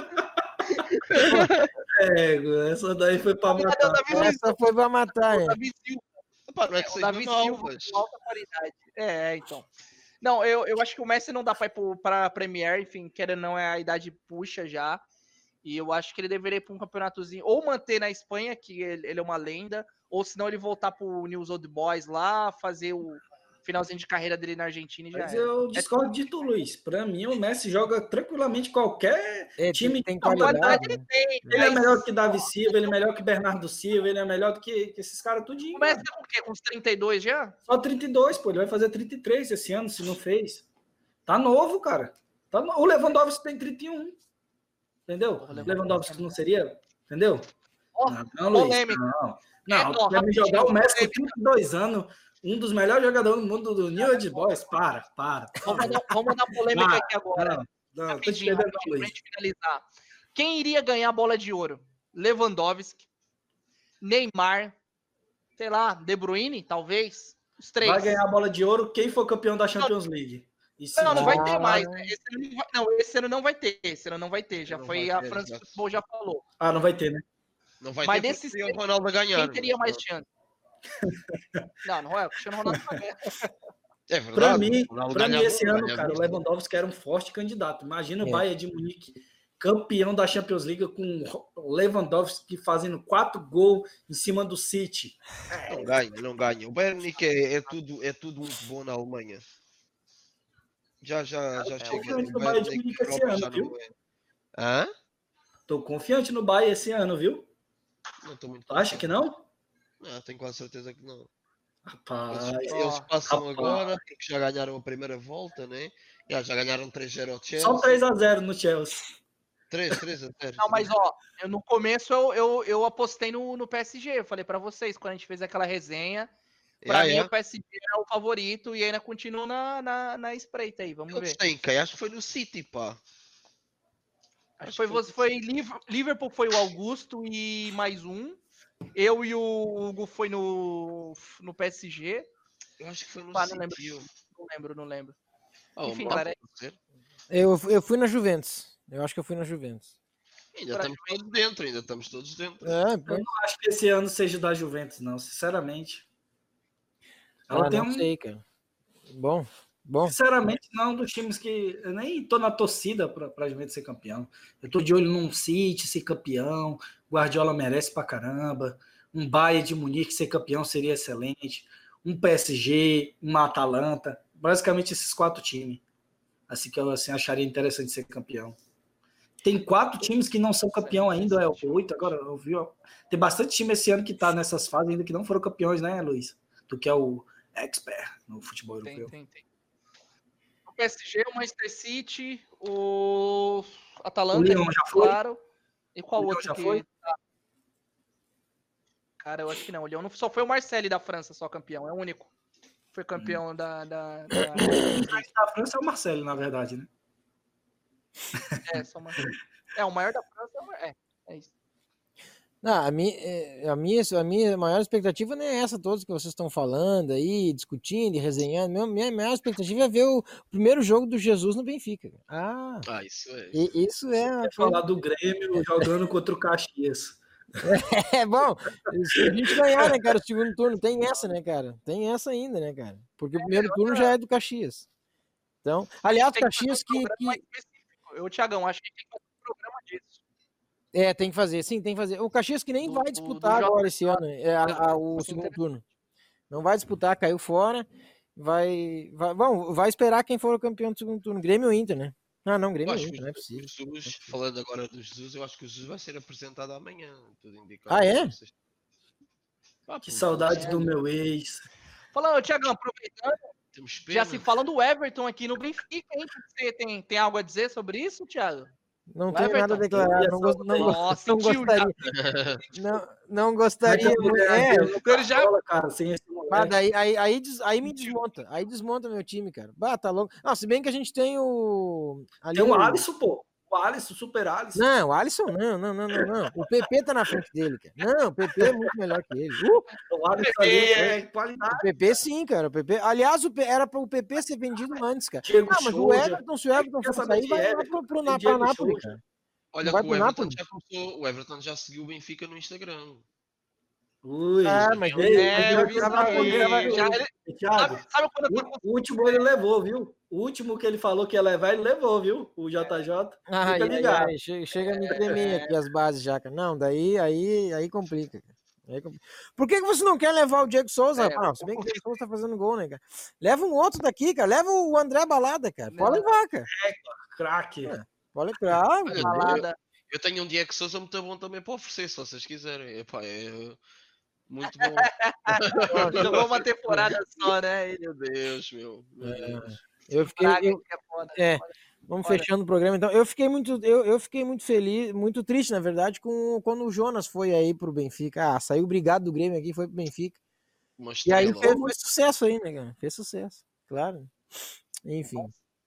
É, essa daí foi pra matar. Essa foi pra matar, é. O Davi Silva. Opa, não é que é, o Davi Silva com alta qualidade. É, então. Não, eu, eu acho que o Messi não dá pra ir pra Premier, enfim, querendo ou não, é a idade puxa já. E eu acho que ele deveria ir pra um campeonatozinho, ou manter na Espanha, que ele, ele é uma lenda, ou senão ele voltar pro News Old Boys lá, fazer o finalzinho de carreira dele na Argentina e já Mas era. eu discordo é de tu, Luiz. Pra mim, o Messi joga tranquilamente qualquer é, time tem, tem qualidade. Ele, tem, ele é melhor que Davi Silva, ele é melhor que Bernardo Silva, ele é melhor do que, que esses caras tudinho. O Messi tá com o quê? Com uns trinta e dois já? Só trinta e dois, pô. Ele vai fazer trinta e três esse ano, se não fez. Tá novo, cara. Tá no... O Lewandowski tem trinta e um. Entendeu? O Lewandowski não seria? Entendeu? Oh, não, não, Luiz. Não. Não, é, quer me jogar o Messi com trinta e dois anos, um dos melhores jogadores do mundo do New Age Boys. Para, para. para. Vamos, dar, vamos dar polêmica para. aqui agora. Não, não, rapidinho, rapidinho, pra gente finalizar. Quem iria ganhar a bola de ouro? Lewandowski, Neymar, sei lá, De Bruyne, talvez. Os três. Vai ganhar a bola de ouro quem for campeão da Champions League. Não, não, não vai ter mais. Né? Esse ano não, vai, não, esse ano não vai ter. Esse ano não vai ter. Já Não foi, vai a ter, França exato. Futebol já falou. Ah, não vai ter, né? Não vai Mas ter desses porque o Ronaldo a ganhar. Quem teria mais mas- chance? Não, não é. O Cristiano Ronaldo vai ganhar. É verdade. Pra mim, o Ronaldo pra mim ganha esse muito, ano, ganha cara, o muito. Lewandowski era um forte candidato. Imagina o É. Bayern de Munique, campeão da Champions League, com o Lewandowski fazendo quatro gols em cima do City. Não ganha, não ganha. O Bayern Munique é, é tudo, é tudo muito bom na Alemanha. Já, já, já tô chega. confiante O no Bayern Bayern de Munique Munique esse Europa ano, já viu? não é. Hã? Tô confiante no Bayern esse ano, viu? Não estou muito Tu acha que não? Não, tenho quase certeza que não. Rapaz, Eles, Ó, eles passam rapaz. agora, porque já ganharam a primeira volta, né? Já, já ganharam três a zero ao Chelsea. só três a zero no Chelsea. três, três a zero. Não, mas ó, eu, no começo eu, eu, eu apostei no, no P S G. Eu falei pra vocês, quando a gente fez aquela resenha, pra Ah, mim é? o P S G era o favorito e ainda continuo na, na, na espreita aí. Vamos Eles ver. têm quem? Acho que foi no City, pá. Acho que foi, você- foi Liv- Liverpool, foi o Augusto e mais um. Eu e o Hugo foi no, no P S G. Eu acho que foi no Pá, não lembro. City. eu- Não lembro, não lembro. Oh, Enfim, mal, galera, pode ser. Eu, eu fui na Juventus. Eu acho que eu fui na Juventus. Ainda Pra estamos todos dentro, ainda estamos todos dentro. É, Eu não acho que esse ano seja da Juventus, não, sinceramente. Ela ah, tem não um. sei, cara. Bom, bom. Sinceramente, não é um dos times que. Eu nem tô na torcida pra, pra Juventus ser campeão. Eu tô de olho num City ser campeão. Guardiola merece pra caramba. Um Bayern de Munique ser campeão seria excelente. Um P S G, uma Atalanta. Basicamente esses quatro times. Assim que eu assim, acharia interessante ser campeão. Tem quatro times que não são campeão ainda, é o oito. Agora eu vi, ó, tem bastante time esse ano que tá nessas fases ainda que não foram campeões, né, Luiz? Tu que é o expert no futebol tem, europeu. tem, tem. O P S G, o Manchester City, o Atalanta, O Lyon já foi? claro. E qual O Lyon outro já que... foi? Cara, eu acho que não. O Lyon não... Só foi o Marseille da França, só campeão. É o único. Foi campeão da... da, da... A França é o Marcelo, na verdade, né? É, só uma... é, o maior da França é o Mar- é, é isso. Não, a, minha, é, a, minha, a minha maior expectativa não é essa, todos que vocês estão falando aí, discutindo e resenhando. Minha, minha maior expectativa é ver o primeiro jogo do Jesus no Benfica. Ah, Ah, isso é. e, isso é uma Quer coisa- falar do Grêmio jogando contra o Caxias. É bom, se a gente ganhar, né, cara, o segundo turno, tem essa, né, cara? Tem essa ainda, né, cara? Porque o primeiro turno já é do Caxias. Então, aliás, o Tem que fazer Caxias um que, programa que... mais específico. Eu, Thiagão, acho que tem que fazer um programa disso. É, tem que fazer, sim, tem que fazer. O Caxias que nem Do- vai do- disputar do agora esse ano, é, a- a- o Vai ser segundo interessante. turno. Não vai disputar, caiu fora. Vai, vai, bom, vai esperar quem for o campeão do segundo turno. Grêmio ou Inter, né? Ah, não, Eu Grêmio ou acho que Inter, não é o possível. Jesus, falando agora do Jesus, eu acho que o Jesus vai ser apresentado amanhã. Tudo indica. Ah, é? Ah, Que pô, saudade É. do meu ex. Fala, ô, Thiagão, aproveitando, Temos já pena. se falando do Everton aqui no Benfica, hein? Você tem, tem algo a dizer sobre isso, Thiago? Não Vai, tenho nada a Everton. declarar. Eu Não, ia gost, não, só- gost- Nossa, não sentiu já. gostaria. Não, não gostaria. Mas a muito- mulher É, dele no ele já- Cartola, cara, sem esse moleque. mas daí, aí, aí, des- aí me desmonta. Aí desmonta meu time, cara. Bah, tá louco. Não, se bem que a gente tem o. Ali Tem o o- Alisson, pô. O Alisson, Super Alisson. Não, o Alisson não, não, não, não, não. O P P tá na frente dele, cara. Não, o P P é muito melhor que ele. Uh, O Alisson ali é qualidade. o P P sim, cara. O P P. Aliás, o P... era para o P P ser vendido antes, cara. Diego Ah, mas o Souza. Everton, se o Everton Quer for saber sair, de vai lá Everton? pro, pro, Tem na, pra Diego Nápoles, Souza. cara. Olha Vai que o pro Everton Napoli? já começou, o Everton já seguiu o Benfica no Instagram. Ui. Ah, mas Ei, É, mas eu vi isso tava- aí. Já, ele- Thiago, sabe, sabe quando eu o último ele levou, viu? O último que ele falou que ia levar, ele levou, viu? O J J. Ai, Fica ai, ligado. ai, chega, chega a me tremer aqui as bases já, cara. Não, daí aí, aí complica, cara. Aí complica. Por que, que você não quer levar o Diego Souza? É, rapaz? Se bem que o Diego Souza tá fazendo gol, né, cara? Leva um outro daqui, cara. Leva o André Balada, cara. Pode Não. levar, cara. Craque. É. Pode levar. Ah, Olha, balada. Eu tenho um Diego Souza muito bom também para oferecer, se vocês quiserem. Epá, é muito bom. Jogou uma temporada só, né? Ele- Meu Deus, meu. meu Deus. eu fiquei. Braga, eu- que é foda. é. foda. Vamos Olha. fechando o programa, então. Eu fiquei muito, eu, eu fiquei muito feliz, muito triste, na verdade, com quando o Jonas foi aí pro Benfica. Ah, saiu brigado do Grêmio aqui, foi pro Benfica. Uma E aí estrela. fez, fez sucesso aí, né, cara? Fez sucesso, claro. Enfim.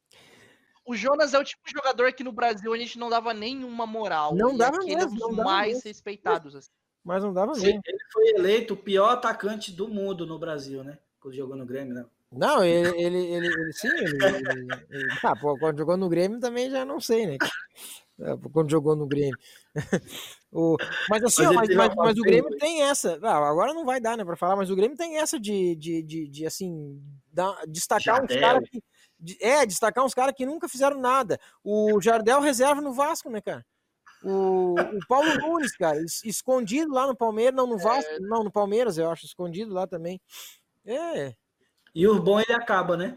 O Jonas é o tipo de jogador que no Brasil a gente não dava nenhuma moral. Não e dava aqui ele é um mesmo, dos não dava mais mesmo. respeitados. Assim. mas não dava Foi- mesmo. Ele foi eleito o pior atacante do mundo no Brasil, né? Quando jogou no Grêmio, né? Não, ele, ele, ele, ele sim, ele, ele, ele- ah, pô, quando jogou no Grêmio também já não sei, né? É, quando jogou no Grêmio. O, mas assim, Mas ó, ele mas, teve mas, uma mas fase o Grêmio terrível. tem essa. Ah, agora não vai dar, né, pra falar, mas o Grêmio tem essa de, de, de, de, assim, dar- destacar uns Jardel. caras que. de- é, destacar uns caras que nunca fizeram nada. O Jardel reserva no Vasco, né, cara? O, o Paulo Nunes, cara, es- escondido lá no Palmeiras, não no Vasco, não, no Palmeiras, eu acho, escondido lá também. É. E o bom ele acaba, né?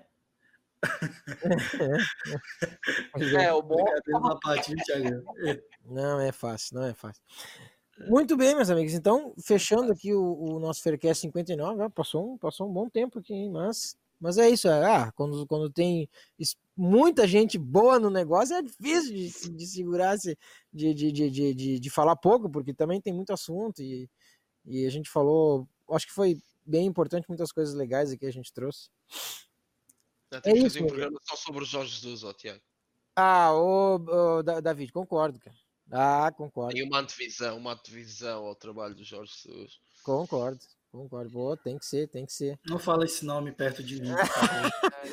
Pois é. É, o bom. Brincadeira da parte, viu, Thiago? É. Não é fácil, não é fácil. Muito bem, meus amigos. Então, fechando aqui o, o nosso Faircast cinquenta e nove, ó, passou, um, passou um bom tempo aqui, hein? Mas, mas é isso. É, ah, quando, quando tem es- muita gente boa no negócio, é difícil de, se- de segurar, se- de, de, de, de, de, de falar pouco, porque também tem muito assunto e, e a gente falou. Acho que foi bem importante, muitas coisas legais aqui a gente trouxe. Já É temos que isso, fazer um meu programa só sobre o Jorge Jesus, ó, Tiago. Ah, ô, ô, Da- David, concordo, cara. Ah, concordo, E uma antevisão, uma antevisão ao trabalho do Jorge Jesus. concordo, concordo. Pô, tem que ser, tem que ser. Não fala esse nome perto de mim, por favor.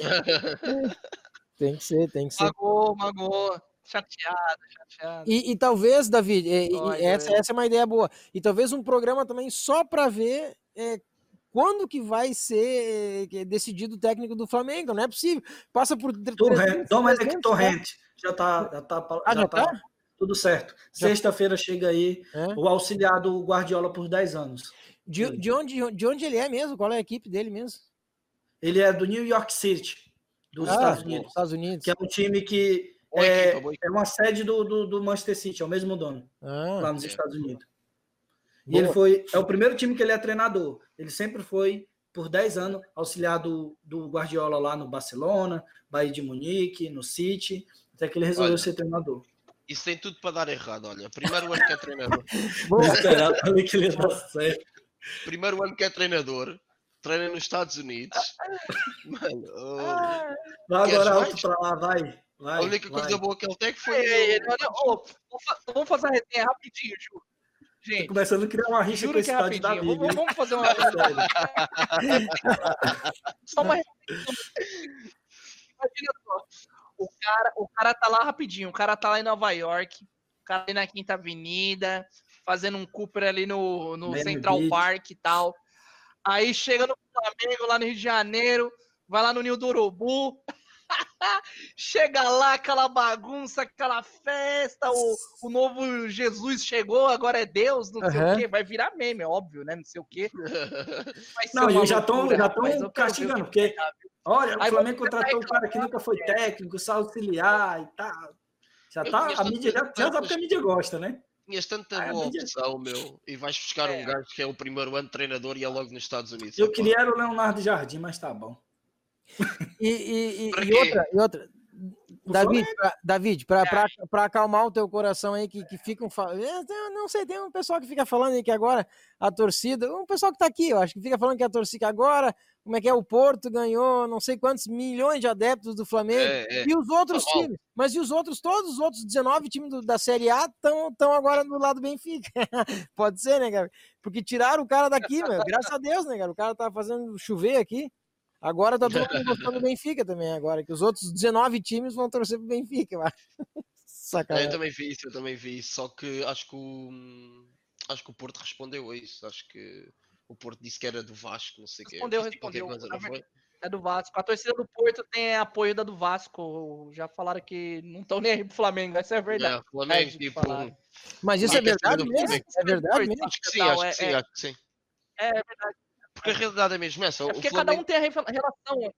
Tem que ser, tem que ser. Magou, magou. Chateado, chateado. E, e talvez, David, é, e- Dói, e essa, doeu. essa é uma ideia boa. E talvez um programa também só para ver é, quando que vai ser é, decidido o técnico do Flamengo. Não é possível. Passa por tre- Torrent, trezentos, Dominic trezentos, Torrent. Já tá, já tá, Ah, já já tá tá? tudo certo. Já- Sexta-feira chega aí É. o auxiliar do Guardiola por dez anos. De, Ele. de, onde, de onde ele é mesmo? Qual é a equipe dele mesmo? Ele é do New York City, dos Ah, Estados Unidos. Estados Unidos. Que é um time que Boa é, equipa, boa equipa. é uma sede do, do, do Manchester City, é o mesmo dono, Ah, lá nos é. Estados Unidos. E boa. ele foi, é o primeiro time que ele é treinador. Ele sempre foi, por dez anos, auxiliar do, do Guardiola lá no Barcelona, Bayern de Munique, no City, até que ele resolveu Olha. ser treinador. Isso tem tudo para dar errado, olha. Primeiro ano que é treinador. Boa. Eu esperava ali que ele ia dar certo. Primeiro ano que é treinador. Treina nos Estados Unidos. Mano, oh, Vai Queres agora mais? alto pra lá, vai. vai a única vai. coisa boa que ele tem que foi. Ei, ei, o- não, não, ô, vamos fa- vamos fazer uma resenha rapidinho, Ju. Tô Gente, começando a criar uma rixa com juro esse que é tal de rapidinho. Davi. Vamos, viu? vamos fazer uma. Só uma Imagina só. O cara, o cara tá lá rapidinho. O cara tá lá em Nova York. O cara ali na Quinta Avenida. Fazendo um Cooper ali no, no Miami Central Beach. Park e tal. Aí chega no Flamengo, lá no Rio de Janeiro. Vai lá no Ninho do Urubu. Chega lá, aquela bagunça, aquela festa, o, o novo Jesus chegou, agora é Deus, não sei Aham. o quê. Vai virar meme, óbvio, né? Não sei o quê. Vai ser Não, uma e já estão loucura, já rapaz. Eu tão quero ver o castigando, que porque, vai dar, viu? olha, Aí o Flamengo você vai contratou um cara que reclamar, nunca foi técnico, só auxiliar e tal. Já tá, Tinhas a mídia já, tantas- já sabe que a mídia gosta, né? Tinhas tanta Ai, a boa mídia- opção, meu, e vais buscar É. um gajo que é o primeiro ano de treinador e é logo nos Estados Unidos. Eu Epá. queria era o Leonardo Jardim, mas tá bom. E, e, e- Pra e quê? outra, e outra. O David, Flamengo- pra, David, pra, pra, pra acalmar o teu coração aí, que, que ficam falando. Não sei, tem um pessoal que fica falando aí que agora a torcida. Um pessoal que tá aqui, eu acho que fica falando que a torcida que agora, como é que é? O Porto ganhou não sei quantos milhões de adeptos do Flamengo. É, é. E os outros Tá mal. times, mas e os outros, todos os outros dezenove times do- da Série A estão agora no lado do Benfica. Pode ser, né, cara? Porque tiraram o cara daqui, meu. Graças a Deus, né, cara? O cara tá fazendo chover aqui. Agora tá todo mundo gostando do Benfica também, agora, que os outros dezenove times vão torcer pro Benfica, eu acho. Eu Sacanagem. também vi isso, eu também vi isso. Só que acho que o acho que o Porto respondeu a isso. Acho que o Porto disse que era do Vasco, não sei o quê. Respondeu, Disse qualquer respondeu. coisa, não foi? É do Vasco. A torcida do Porto tem apoio da do Vasco. Já falaram que não estão nem aí pro Flamengo. Essa é a verdade. Não, Flamengo, que tipo, falaram. Mas isso é Não, quer saber verdade do mesmo? Flamengo? É verdade mesmo? acho que sim, Não, acho é- que sim, é- acho que sim. É, é verdade. Porque a realidade é mesmo essa. É O porque cada Flamengo, um tem a refa- relação.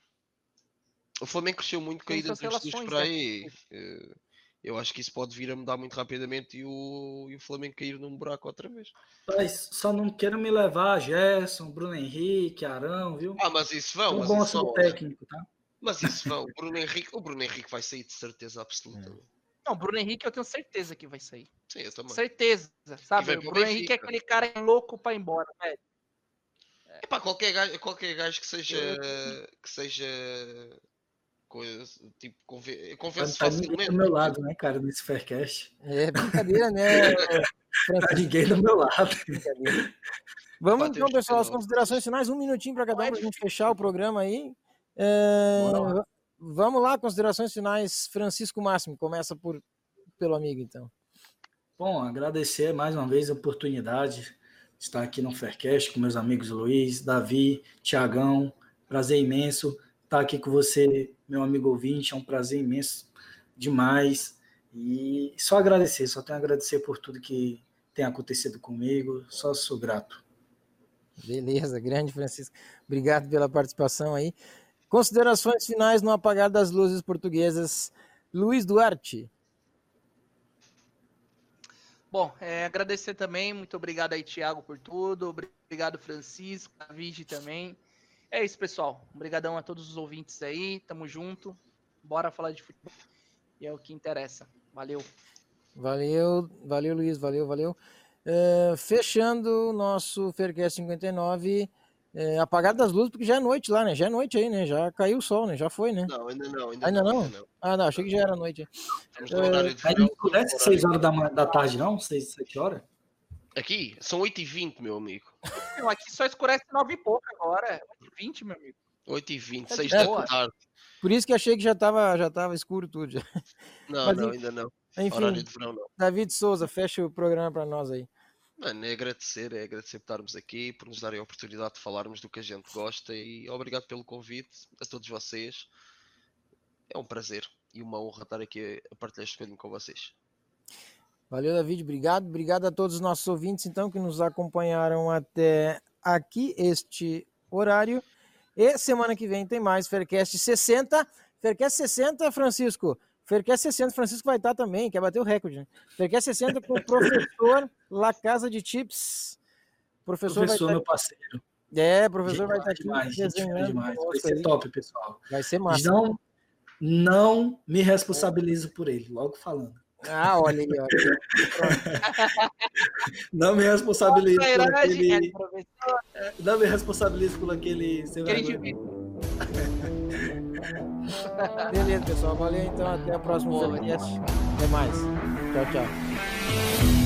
o Flamengo cresceu muito com a Tem ida suas dos Jesus relações, para né? aí. Eh, Eu acho que isso pode vir a mudar muito rapidamente e o, e o Flamengo cair num buraco outra vez. Mas só não quero me levar a Gerson, Bruno Henrique, Arão, viu? Ah, mas isso vão, Eu mas gosto isso do vão. olha. técnico, tá? Mas isso vão. O Bruno Henrique, o Bruno Henrique vai sair de certeza absoluta. Não, Bruno Henrique eu tenho certeza que vai sair. Sim, eu também. Certeza, sabe? vai O pro Bruno Henrique é Benfica. aquele cara que é louco pra ir embora, velho. Epá, qualquer gajo, qualquer gajo que seja que seja coisa, tipo, conven- Não convence tá ninguém facilmente. do meu lado, né, cara, nesse Faircast. É brincadeira, né? Tá ninguém do meu lado. Brincadeira. Vamos Pá, então, temos que pessoal, as ter considerações finais, um minutinho para cada um, Não é para a gente difícil. fechar o programa aí. É, Bora lá. Vamos lá, considerações finais. Francisco Máximo, começa por, pelo amigo, então. Bom, agradecer mais uma vez a oportunidade de estar aqui no Faircast com meus amigos Luiz, Davi, Tiagão. Prazer imenso estar aqui com você, meu amigo ouvinte. É um prazer imenso demais. E só agradecer, só tenho a agradecer por tudo que tem acontecido comigo. Só sou grato. Beleza, grande Francisco. Obrigado pela participação aí. Considerações finais no apagar das luzes portuguesas. Luiz Duarte. Bom, é, agradecer também, muito obrigado aí, Thiago, por tudo, obrigado, Francisco, David também. É isso, pessoal. Obrigadão a todos os ouvintes aí, tamo junto, bora falar de futebol, e é o que interessa. Valeu. Valeu, valeu, Luiz, valeu, valeu. É, fechando o nosso Faircast cinquenta e nove, é, apagado das luzes, porque já é noite lá, né? Já é noite aí, né? Já caiu o sol, né? Já foi, né? Não, ainda não, ainda, Ainda não, não? ainda não. Ah, não, achei que já era noite. Estamos no horário de Aí verão. não escurece seis horas da, ma- da tarde, não? seis, sete horas? Aqui, são oito e vinte, meu amigo. Não, aqui só escurece nove e pouco agora, oito e vinte, meu amigo. oito e vinte, Tá de seis da boa. tarde. Por isso que achei que já estava já tava escuro tudo. Já. Não, Mas, não, enfim, ainda não. Enfim, Horário de verão, não. David Souza, fecha o programa para nós aí. Mano, é agradecer, é agradecer por estarmos aqui, por nos darem a oportunidade de falarmos do que a gente gosta e obrigado pelo convite a todos vocês. É um prazer e uma honra estar aqui a partilhar este bocadinho com vocês. Valeu, David, obrigado. Obrigado a todos os nossos ouvintes, então, que nos acompanharam até aqui, este horário. E semana que vem tem mais Faircast sessenta. Faircast sessenta, Francisco. Faircast sessenta, Francisco vai estar também, quer bater o recorde, né? Faircast sessenta com o professor La Casa de Chips. Professor, Professor, vai meu estar... parceiro. É, professor vai estar Gente aqui demais, gente desenhando demais. Vai conosco ser aí. top, pessoal. Vai ser massa. Não, não me responsabilizo por ele, logo falando. Ah, olha aí, olha. Não me responsabilizo por Trairagem, é, aquele. professor, Não me responsabilizo por aquele. sem aquele vergonha. indivíduo. Beleza, pessoal. Valeu, então. Até o próximo Boa, Faircast. Até mais. Tchau, tchau.